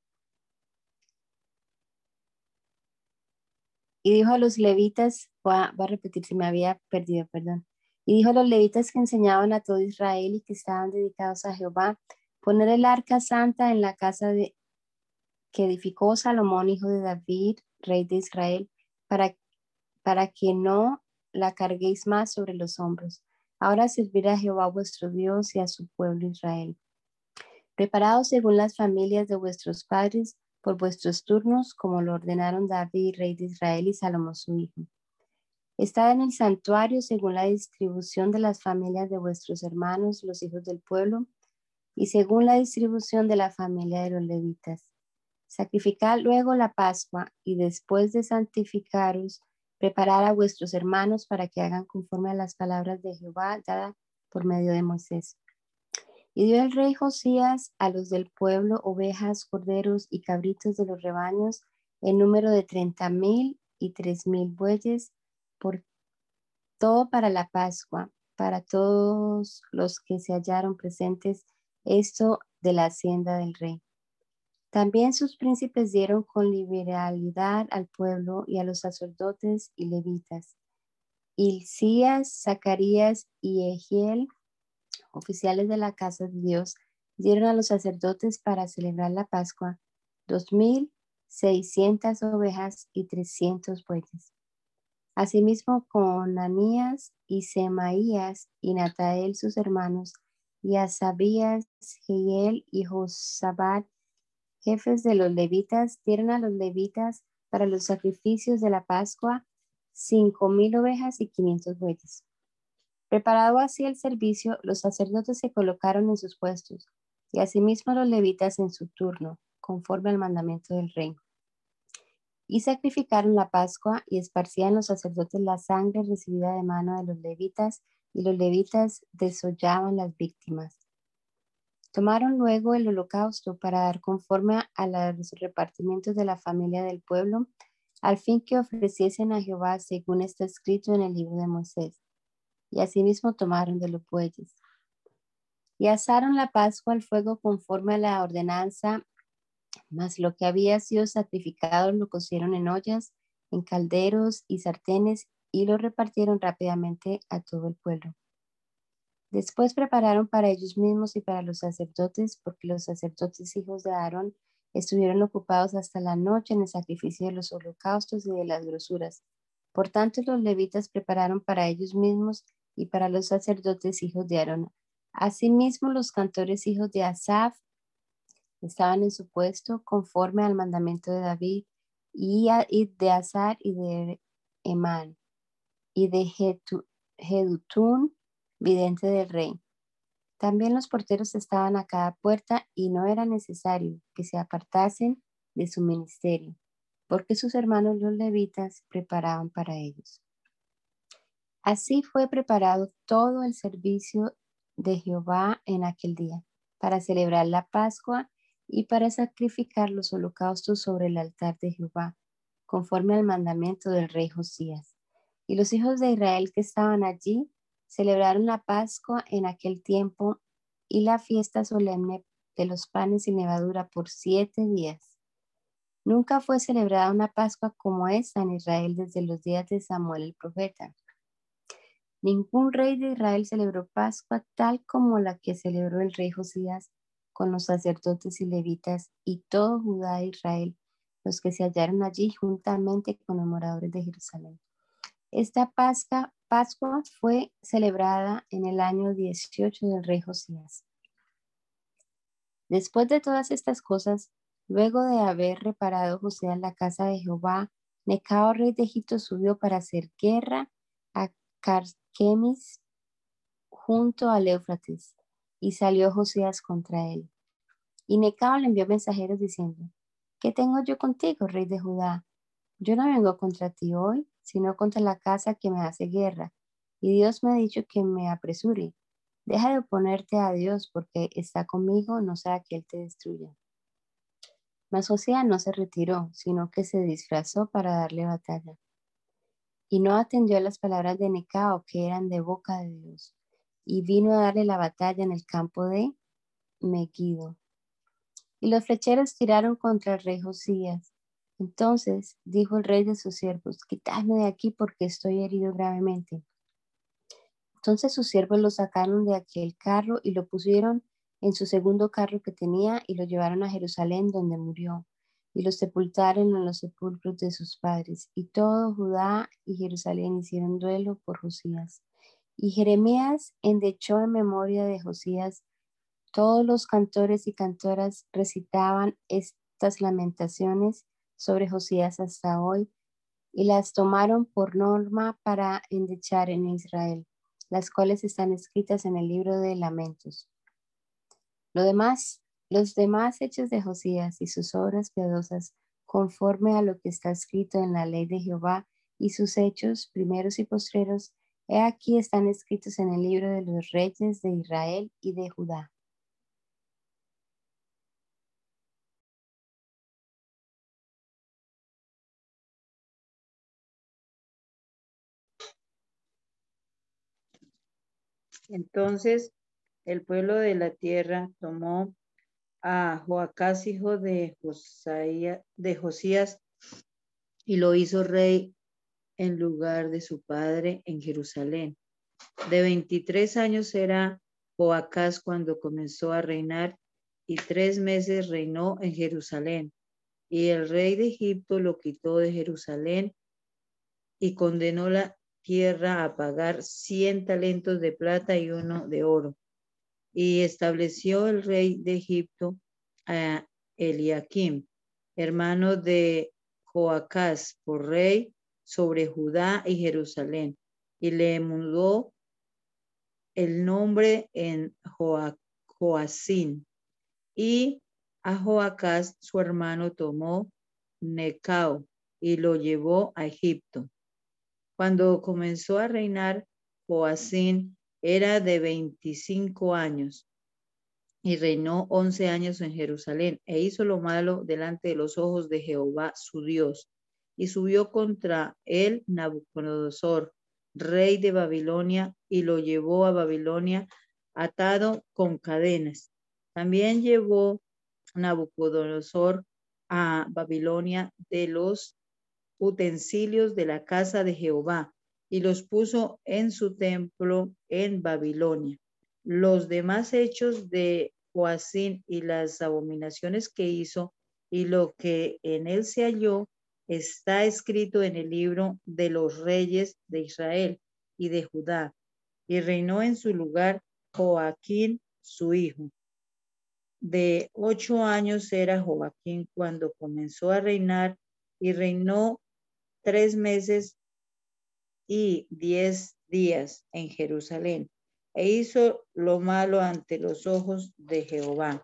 Y dijo a los levitas, voy a repetir si me había perdido, perdón. Y dijo a los levitas que enseñaban a todo Israel y que estaban dedicados a Jehová: poner el arca santa en la casa que edificó Salomón, hijo de David, rey de Israel, para que no la carguéis más sobre los hombros. Ahora servid a Jehová vuestro Dios y a su pueblo Israel. Preparados según las familias de vuestros padres, por vuestros turnos, como lo ordenaron David, rey de Israel, y Salomón su hijo. Estad en el santuario según la distribución de las familias de vuestros hermanos, los hijos del pueblo, y según la distribución de la familia de los levitas. Sacrificad luego la Pascua, y después de santificaros, preparad a vuestros hermanos para que hagan conforme a las palabras de Jehová dadas por medio de Moisés. Y dio el rey Josías a los del pueblo ovejas, corderos y cabritos de los rebaños, en número de 30,000 y 3,000 bueyes, por todo para la Pascua, para todos los que se hallaron presentes, esto de la hacienda del rey. También sus príncipes dieron con liberalidad al pueblo y a los sacerdotes y levitas. Hilcías, Zacarías y Egiel, oficiales de la casa de Dios, dieron a los sacerdotes para celebrar la Pascua 2,600 ovejas y 300 bueyes. Asimismo, Conanías y Semaías y Natael sus hermanos, y Asabías, Jehiel y Josabad, jefes de los levitas, dieron a los levitas para los sacrificios de la Pascua 5,000 ovejas y 500 bueyes. Preparado así el servicio, los sacerdotes se colocaron en sus puestos, y asimismo los levitas en su turno, conforme al mandamiento del rey. Y sacrificaron la Pascua y esparcían los sacerdotes la sangre recibida de mano de los levitas, y los levitas desollaban las víctimas. Tomaron luego el holocausto para dar conforme a los repartimientos de la familia del pueblo, al fin que ofreciesen a Jehová según está escrito en el libro de Moisés. Y asimismo tomaron de los bueyes. Y asaron la Pascua al fuego conforme a la ordenanza, mas lo que había sido sacrificado lo cocieron en ollas, en calderos y sartenes, y lo repartieron rápidamente a todo el pueblo. Después prepararon para ellos mismos y para los sacerdotes, porque los sacerdotes hijos de Aarón estuvieron ocupados hasta la noche en el sacrificio de los holocaustos y de las grosuras. Por tanto, los levitas prepararon para ellos mismos y para los sacerdotes hijos de Aarón. Asimismo, los cantores hijos de Asaf estaban en su puesto conforme al mandamiento de David, y de Asar y de Emán y de Jedutún, vidente del rey. También los porteros estaban a cada puerta, y no era necesario que se apartasen de su ministerio, porque sus hermanos los levitas preparaban para ellos. Así fue preparado todo el servicio de Jehová en aquel día, para celebrar la Pascua, y para sacrificar los holocaustos sobre el altar de Jehová, conforme al mandamiento del rey Josías. Y los hijos de Israel que estaban allí celebraron la Pascua en aquel tiempo y la fiesta solemne de los panes sin levadura por 7 días. Nunca fue celebrada una Pascua como esta en Israel desde los días de Samuel el profeta. Ningún rey de Israel celebró Pascua tal como la que celebró el rey Josías con los sacerdotes y levitas y todo Judá e Israel, los que se hallaron allí juntamente con los moradores de Jerusalén. Esta Pascua fue celebrada en el año 18 del rey Josías. Después de todas estas cosas, luego de haber reparado Josías la casa de Jehová, Necao, rey de Egipto, subió para hacer guerra a Carquemis junto al Éufrates, y salió Josías contra él. Y Necao le envió mensajeros diciendo: ¿Qué tengo yo contigo, rey de Judá? Yo no vengo contra ti hoy, sino contra la casa que me hace guerra, y Dios me ha dicho que me apresure. Deja de oponerte a Dios, porque está conmigo, no sea que Él te destruya. Mas Josías no se retiró, sino que se disfrazó para darle batalla. Y no atendió a las palabras de Necao, que eran de boca de Dios, y vino a darle la batalla en el campo de Megiddo. Y los flecheros tiraron contra el rey Josías. Entonces dijo el rey de sus siervos: Quitadme de aquí, porque estoy herido gravemente. Entonces sus siervos lo sacaron de aquel carro y lo pusieron en su segundo carro que tenía y lo llevaron a Jerusalén, donde murió, y lo sepultaron en los sepulcros de sus padres. Y todo Judá y Jerusalén hicieron duelo por Josías. Y Jeremías endechó en memoria de Josías. Todos los cantores y cantoras recitaban estas lamentaciones sobre Josías hasta hoy, y las tomaron por norma para endechar en Israel, las cuales están escritas en el libro de Lamentos. Los demás hechos de Josías y sus obras piadosas, conforme a lo que está escrito en la ley de Jehová, y sus hechos, primeros y postreros, he aquí están escritos en el libro de los reyes de Israel y de Judá. Entonces el pueblo de la tierra tomó a Joacás, hijo de Josías, y lo hizo rey en lugar de su padre en Jerusalén. De 23 años era Joacás cuando comenzó a reinar, y 3 meses reinó en Jerusalén. Y el rey de Egipto lo quitó de Jerusalén y condenó la tierra a pagar 100 talentos de plata y 1 de oro. Y estableció el rey de Egipto a Eliakim, hermano de Joacás, por rey sobre Judá y Jerusalén, y le mudó el nombre en Joacín. Y a Joacás su hermano tomó Necao y lo llevó a Egipto. Cuando comenzó a reinar, Joacín era de 25 años y reinó 11 años en Jerusalén, e hizo lo malo delante de los ojos de Jehová su Dios, y subió contra él Nabucodonosor, rey de Babilonia, y lo llevó a Babilonia atado con cadenas. También llevó Nabucodonosor a Babilonia de los utensilios de la casa de Jehová, y los puso en su templo en Babilonia. Los demás hechos de Joacín y las abominaciones que hizo y lo que en él se halló está escrito en el libro de los reyes de Israel y de Judá. Y reinó en su lugar Joaquín, su hijo. De 8 años era Joaquín cuando comenzó a reinar, y reinó 3 meses y 10 días en Jerusalén, e hizo lo malo ante los ojos de Jehová.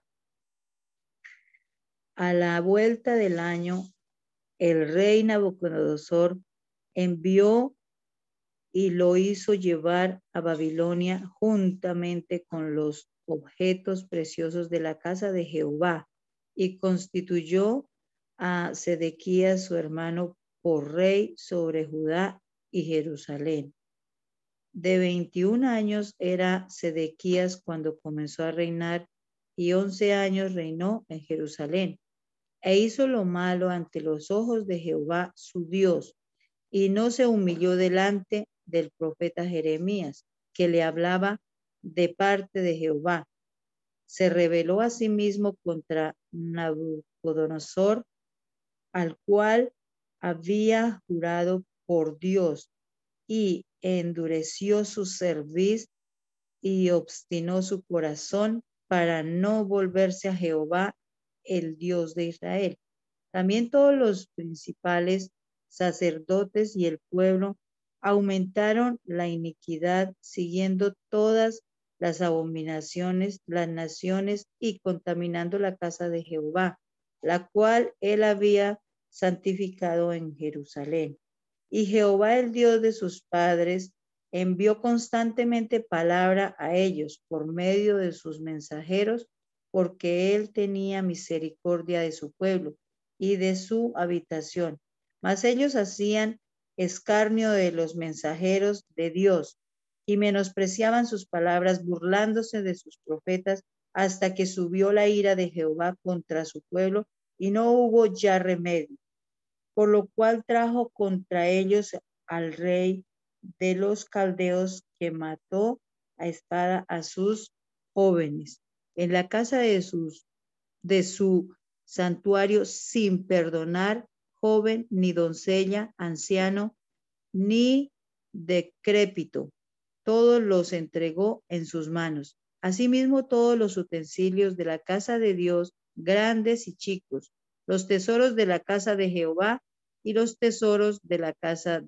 A la vuelta del año, el rey Nabucodonosor envió y lo hizo llevar a Babilonia juntamente con los objetos preciosos de la casa de Jehová, y constituyó a Sedequías su hermano por rey sobre Judá y Jerusalén. De 21 años era Sedequías cuando comenzó a reinar y 11 años reinó en Jerusalén. E hizo lo malo ante los ojos de Jehová su Dios, y no se humilló delante del profeta Jeremías, que le hablaba de parte de Jehová. Se rebeló a sí mismo contra Nabucodonosor, al cual había jurado por Dios, y endureció su cerviz y obstinó su corazón para no volverse a Jehová, el Dios de Israel. También todos los principales sacerdotes y el pueblo aumentaron la iniquidad, siguiendo todas las abominaciones, las naciones, y contaminando la casa de Jehová, la cual él había santificado en Jerusalén. Y Jehová, el Dios de sus padres, envió constantemente palabra a ellos por medio de sus mensajeros, porque él tenía misericordia de su pueblo y de su habitación. Mas ellos hacían escarnio de los mensajeros de Dios y menospreciaban sus palabras, burlándose de sus profetas, hasta que subió la ira de Jehová contra su pueblo y no hubo ya remedio. Por lo cual trajo contra ellos al rey de los caldeos, que mató a espada a sus jóvenes en la casa de su santuario, sin perdonar joven, ni doncella, anciano, ni decrépito. Todos los entregó en sus manos. Asimismo, todos los utensilios de la casa de Dios, grandes y chicos, los tesoros de la casa de Jehová y los tesoros de la casa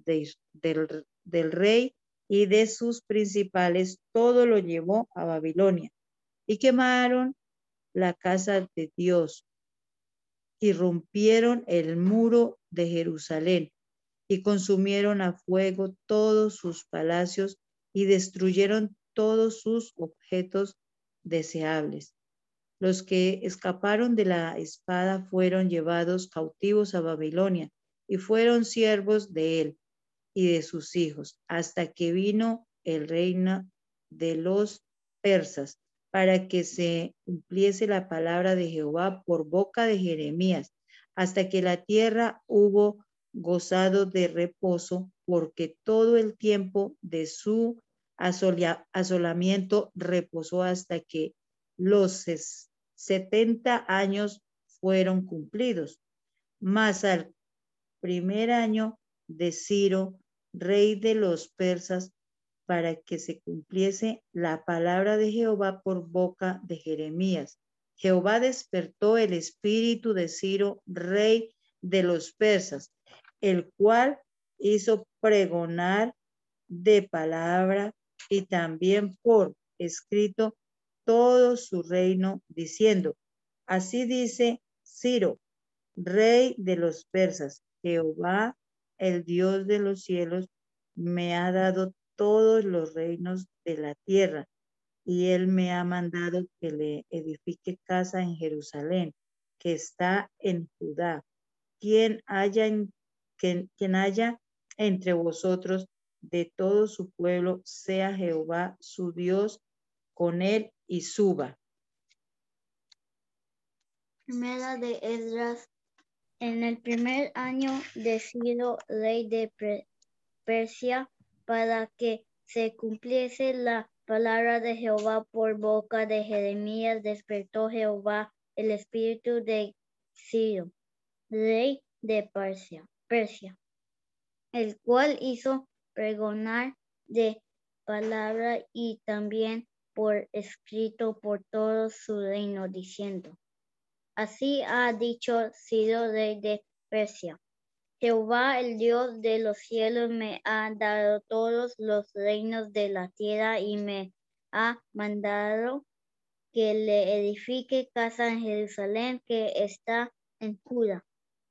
del rey y de sus principales, todo lo llevó a Babilonia. Y quemaron la casa de Dios y rompieron el muro de Jerusalén y consumieron a fuego todos sus palacios y destruyeron todos sus objetos deseables. Los que escaparon de la espada fueron llevados cautivos a Babilonia y fueron siervos de él y de sus hijos, hasta que vino el reino de los persas, para que se cumpliese la palabra de Jehová por boca de Jeremías, hasta que la tierra hubo gozado de reposo, porque todo el tiempo de su asolamiento reposó hasta que los 70 años fueron cumplidos. Mas al primer año de Ciro, rey de los persas, para que se cumpliese la palabra de Jehová por boca de Jeremías. Jehová despertó el espíritu de Ciro, rey de los persas, el cual hizo pregonar de palabra y también por escrito todo su reino, diciendo: así dice Ciro, rey de los persas: Jehová, el Dios de los cielos, me ha dado todos los reinos de la tierra, y él me ha mandado que le edifique casa en Jerusalén, que está en Judá. Quien haya entre vosotros de todo su pueblo, sea Jehová su Dios con él, y suba. Primera de Esdras. En el primer año de Ciro, rey de Persia, para que se cumpliese la palabra de Jehová por boca de Jeremías, despertó Jehová el espíritu de Ciro, rey de Persia, el cual hizo pregonar de palabra y también por escrito por todo su reino, diciendo: así ha dicho Ciro, rey de Persia: Jehová, el Dios de los cielos, me ha dado todos los reinos de la tierra y me ha mandado que le edifique casa en Jerusalén, que está en Judá.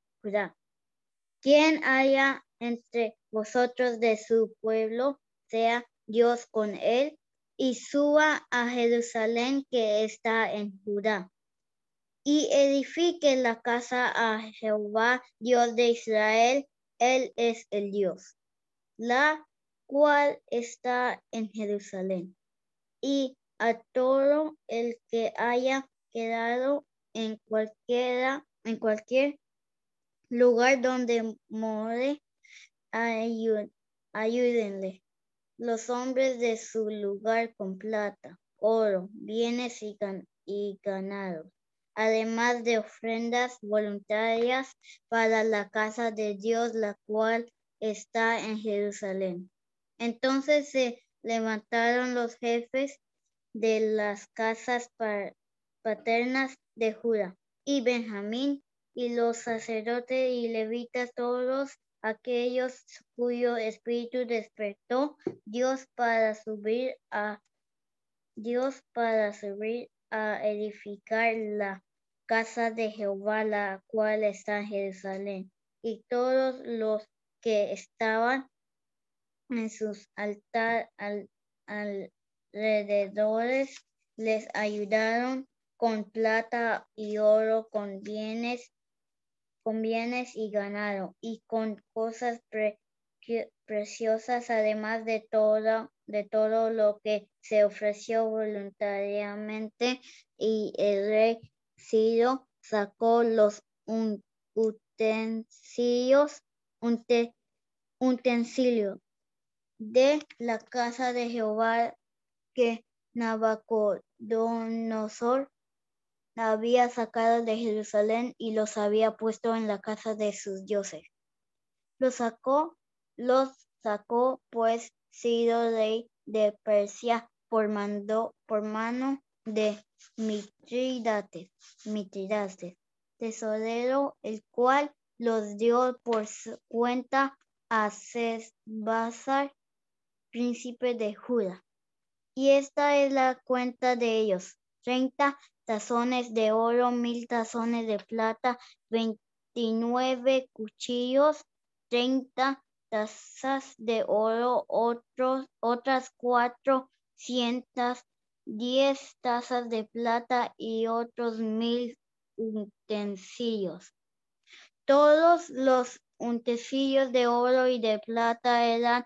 Quien haya entre vosotros de su pueblo, sea Dios con él, y suba a Jerusalén, que está en Judá. y edifique la casa a Jehová, Dios de Israel. Él es el Dios, la cual está en Jerusalén. Y a todo el que haya quedado en cualquier lugar donde more, ayúdenle los hombres de su lugar con plata, oro, bienes y ganado, además de ofrendas voluntarias para la casa de Dios, la cual está en Jerusalén. Entonces se levantaron los jefes de las casas paternas de Judá y Benjamín, y los sacerdotes y levitas, todos aquellos cuyo espíritu despertó Dios para servir a edificar la casa de Jehová, la cual está en Jerusalén. Y todos los que estaban en sus alrededores les ayudaron con plata y oro, con bienes y ganado, y con cosas preciosas, además de todo lo que se ofreció voluntariamente. Y el rey Ciro sacó los utensilios de la casa de Jehová que Nabucodonosor había sacado de Jerusalén, y los había puesto en la casa de sus dioses. Los sacó pues Ciro, rey de Persia, por mano de Mitridates, tesorero, el cual los dio por su cuenta a Sesbazar, príncipe de Judá. Y esta es la cuenta de ellos: 30 tazones de oro, 1000 tazones de plata, 29 cuchillos, 30 tazas de oro, otras 410 tazas de plata y otros 1000 utensilios. Todos los utensilios de oro y de plata eran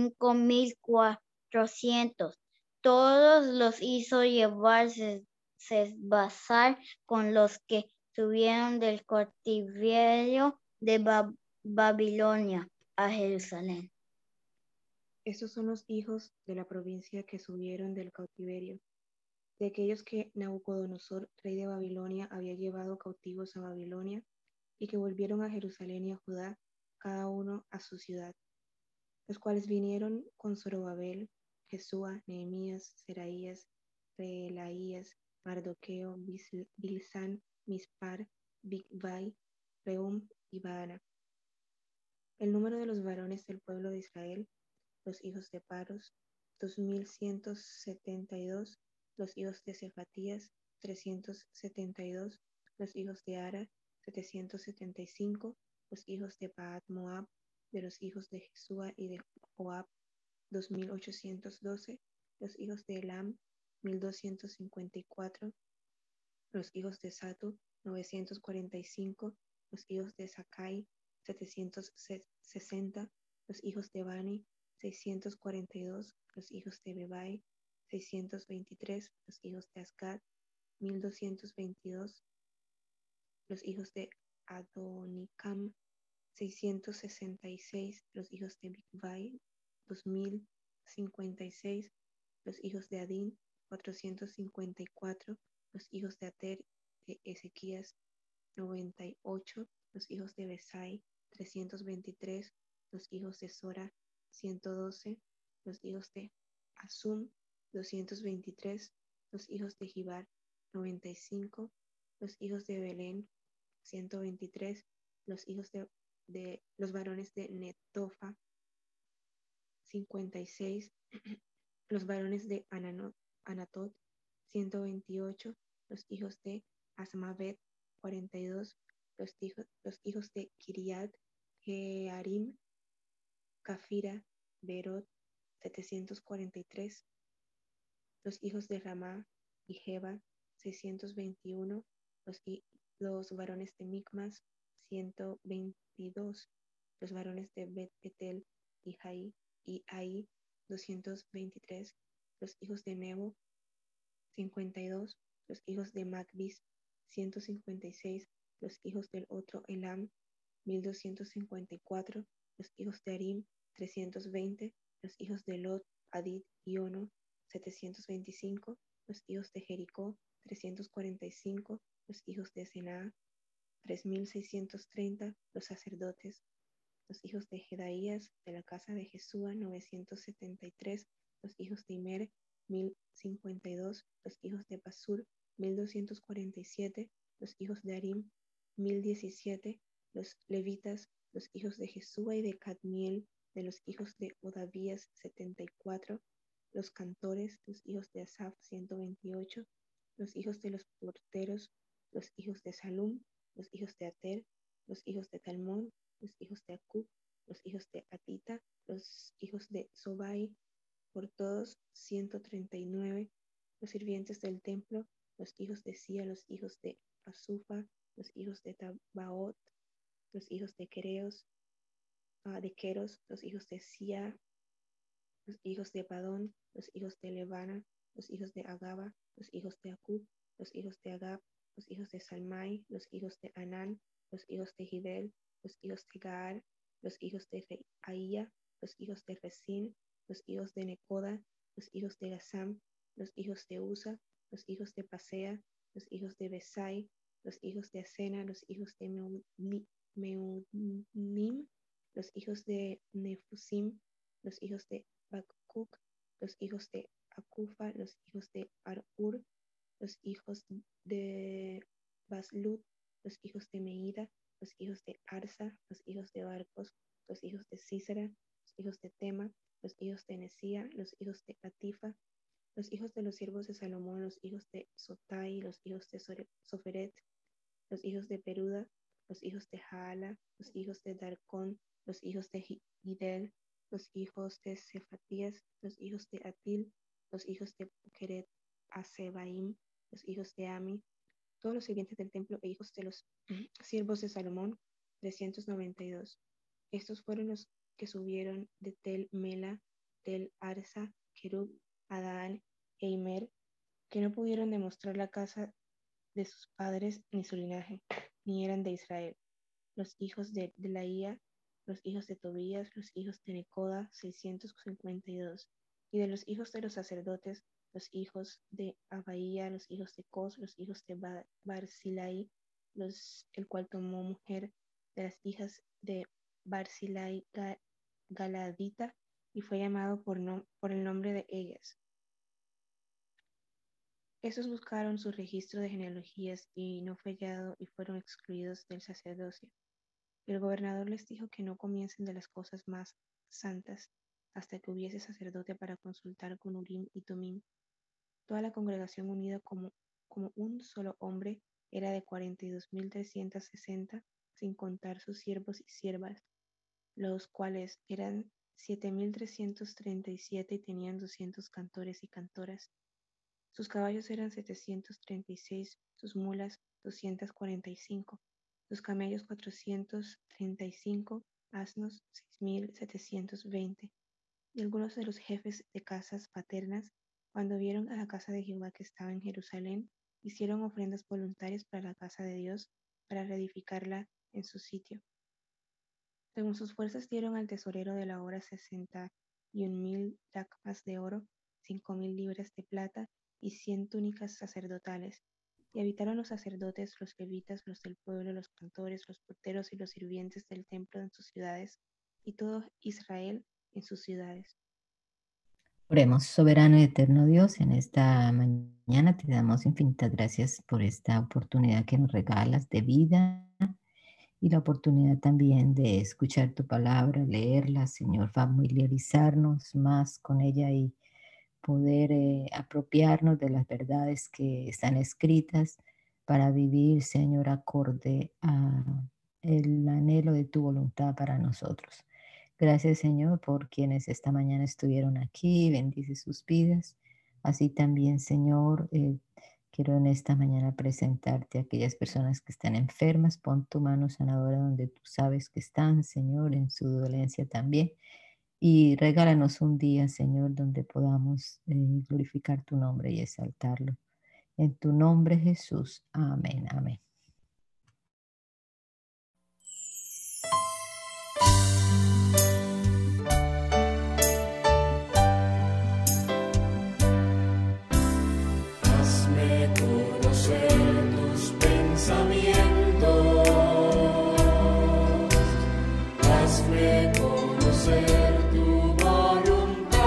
5400. Todos los hizo llevar Sesbazar con los que subieron del cautiverio de Babilonia a Jerusalén. Estos son los hijos de la provincia que subieron del cautiverio, de aquellos que Nabucodonosor, rey de Babilonia, había llevado cautivos a Babilonia, y que volvieron a Jerusalén y a Judá, cada uno a su ciudad, los cuales vinieron con Zorobabel, Jesúa, Nehemías, Seraías, Reelaías, Mardoqueo, Bilsán, Mispar, Bigvai, Rehum y Baana. El número de los varones del pueblo de Israel, los hijos de Paros, 2172, los hijos de Cefatías, 372, los hijos de Ara, 775, los hijos de Pahat Moab, de los hijos de Jesúa y de Joab, 2812, los hijos de Elam, 1254, los hijos de Satu, 945, los hijos de Sakai, 760, los hijos de Bani, 642, los hijos de Bebai, 623, los hijos de Asgad, 1222, los hijos de Adonicam, 666, los hijos de Bigvai, 2056, los hijos de Adín, 454, los hijos de Ater de Ezequías, 98, los hijos de Besai, 323, los hijos de Sora, 112, los hijos de Asum, 223, los hijos de Gibar, 95, los hijos de Belén, 123, los hijos de los varones de Netofa, 56, los varones de Anatot, 128, los hijos de Asmavet, 42, los hijos de Kiriat, Jearim, Cafira, Berot, 743, los hijos de Ramá y Jeba, 621, los varones de Micmas, 122, los varones de Bet-Etel y Ahí, 223, los hijos de Nebo, 52, los hijos de Macbis, 156, los hijos del otro Elam, 1254, los hijos de Arim, 320, los hijos de Lot, Hadid y Ono, 725, los hijos de Jericó, 345, los hijos de Senaa, 3630, los sacerdotes, los hijos de Jedaías, de la casa de Jesúa, 973, los hijos de Imer, 1052, los hijos de Pasur, 1247, los hijos de Arim, 1017, los levitas, los hijos de Jesúa y de Cadmiel, de los hijos de Odavías, 74, los cantores, los hijos de Asaf, 128, los hijos de los porteros, los hijos de Salum, los hijos de Ater, los hijos de Talmón, los hijos de Acub, los hijos de Atita, los hijos de Sobai, por todos 139, los sirvientes del templo, los hijos de Sia, los hijos de Asufa, los hijos de Tabaot, los hijos de Queros, los hijos de Sia, los hijos de Padón, los hijos de Levana, los hijos de Agaba, los hijos de Acub, los hijos de Agab, los hijos de Salmai, los hijos de Anán, los hijos de Gibel, los hijos de Gaar, los hijos de Reaía, los hijos de Resín, los hijos de Necoda, los hijos de Gasam, los hijos de Usa, los hijos de Pasea, los hijos de Besai, los hijos de Asena, los hijos de Meunim, los hijos de Nefusim, los hijos de Bakuk, los hijos de Akufa, los hijos de Arur, los hijos de Baslut, los hijos de Meida, los hijos de Arsa, los hijos de Barcos, los hijos de Císara, los hijos de Tema, los hijos de Nesía, los hijos de Atifa, los hijos de los siervos de Salomón, los hijos de Sotai, los hijos de Soferet, los hijos de Peruda, los hijos de Jaala, los hijos de Darcón, los hijos de Gidel, los hijos de Cefatías, los hijos de Atil, los hijos de Pukeret, Asebaim, los hijos de Ami, todos los sirvientes del templo e hijos de los siervos de Salomón, 392. Estos fueron los que subieron de Tel Mela, Tel Arsa, Kerub, Adal e Imer, que no pudieron demostrar la casa de sus padres ni su linaje, ni eran de Israel. Los hijos de Delaía, los hijos de Tobías, los hijos de Necoda, 652. Y de los hijos de los sacerdotes, los hijos de Abaía, los hijos de Cos, los hijos de Barzilai, el cual tomó mujer de las hijas de Barzilai Galadita, y fue llamado por el nombre de ellas. Estos buscaron su registro de genealogías y no fue hallado y fueron excluidos del sacerdocio. El gobernador les dijo que no comiencen de las cosas más santas hasta que hubiese sacerdote para consultar con Urim y Tumim. Toda la congregación unida como un solo hombre era de 42.360, sin contar sus siervos y siervas, los cuales eran 7.337 y tenían 200 cantores y cantoras. Sus caballos eran 736, sus mulas 245, sus camellos 435, asnos 6.720. Y algunos de los jefes de casas paternas, cuando vieron a la casa de Jehová que estaba en Jerusalén, hicieron ofrendas voluntarias para la casa de Dios, para reedificarla en su sitio. Según sus fuerzas dieron al tesorero de la obra 61.000 dracmas de oro, 5.000 libras de plata y 100 túnicas sacerdotales. Y habitaron los sacerdotes, los levitas, los del pueblo, los cantores, los porteros y los sirvientes del templo en sus ciudades, y todo Israel en sus ciudades. Oremos, soberano y eterno Dios, en esta mañana te damos infinitas gracias por esta oportunidad que nos regalas de vida y la oportunidad también de escuchar tu palabra, leerla, Señor, familiarizarnos más con ella y poder apropiarnos de las verdades que están escritas para vivir, Señor, acorde a el anhelo de tu voluntad para nosotros. Gracias, Señor, por quienes esta mañana estuvieron aquí. Bendice sus vidas. Así también, Señor, Quiero en esta mañana presentarte a aquellas personas que están enfermas. Pon tu mano sanadora donde tú sabes que están, Señor, en su dolencia también. Y regálanos un día, Señor, donde podamos glorificar tu nombre y exaltarlo. En tu nombre, Jesús. Amén, amén. Hazme conocer tus pensamientos. Hazme conocer tu voluntad.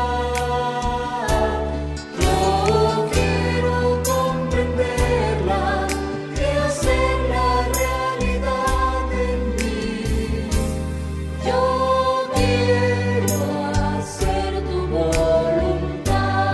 Yo quiero comprenderla y hacerla realidad en mí. Yo quiero hacer tu voluntad.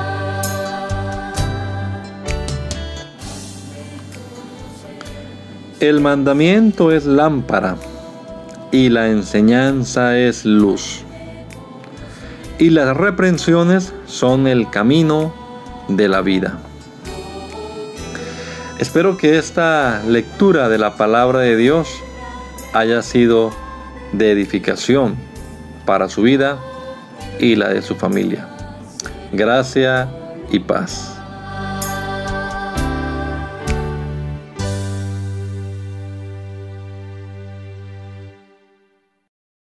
El mandamiento es lámpara y la enseñanza es luz. Y las reprensiones son el camino de la vida. Espero que esta lectura de la palabra de Dios haya sido de edificación para su vida y la de su familia. Gracia y paz.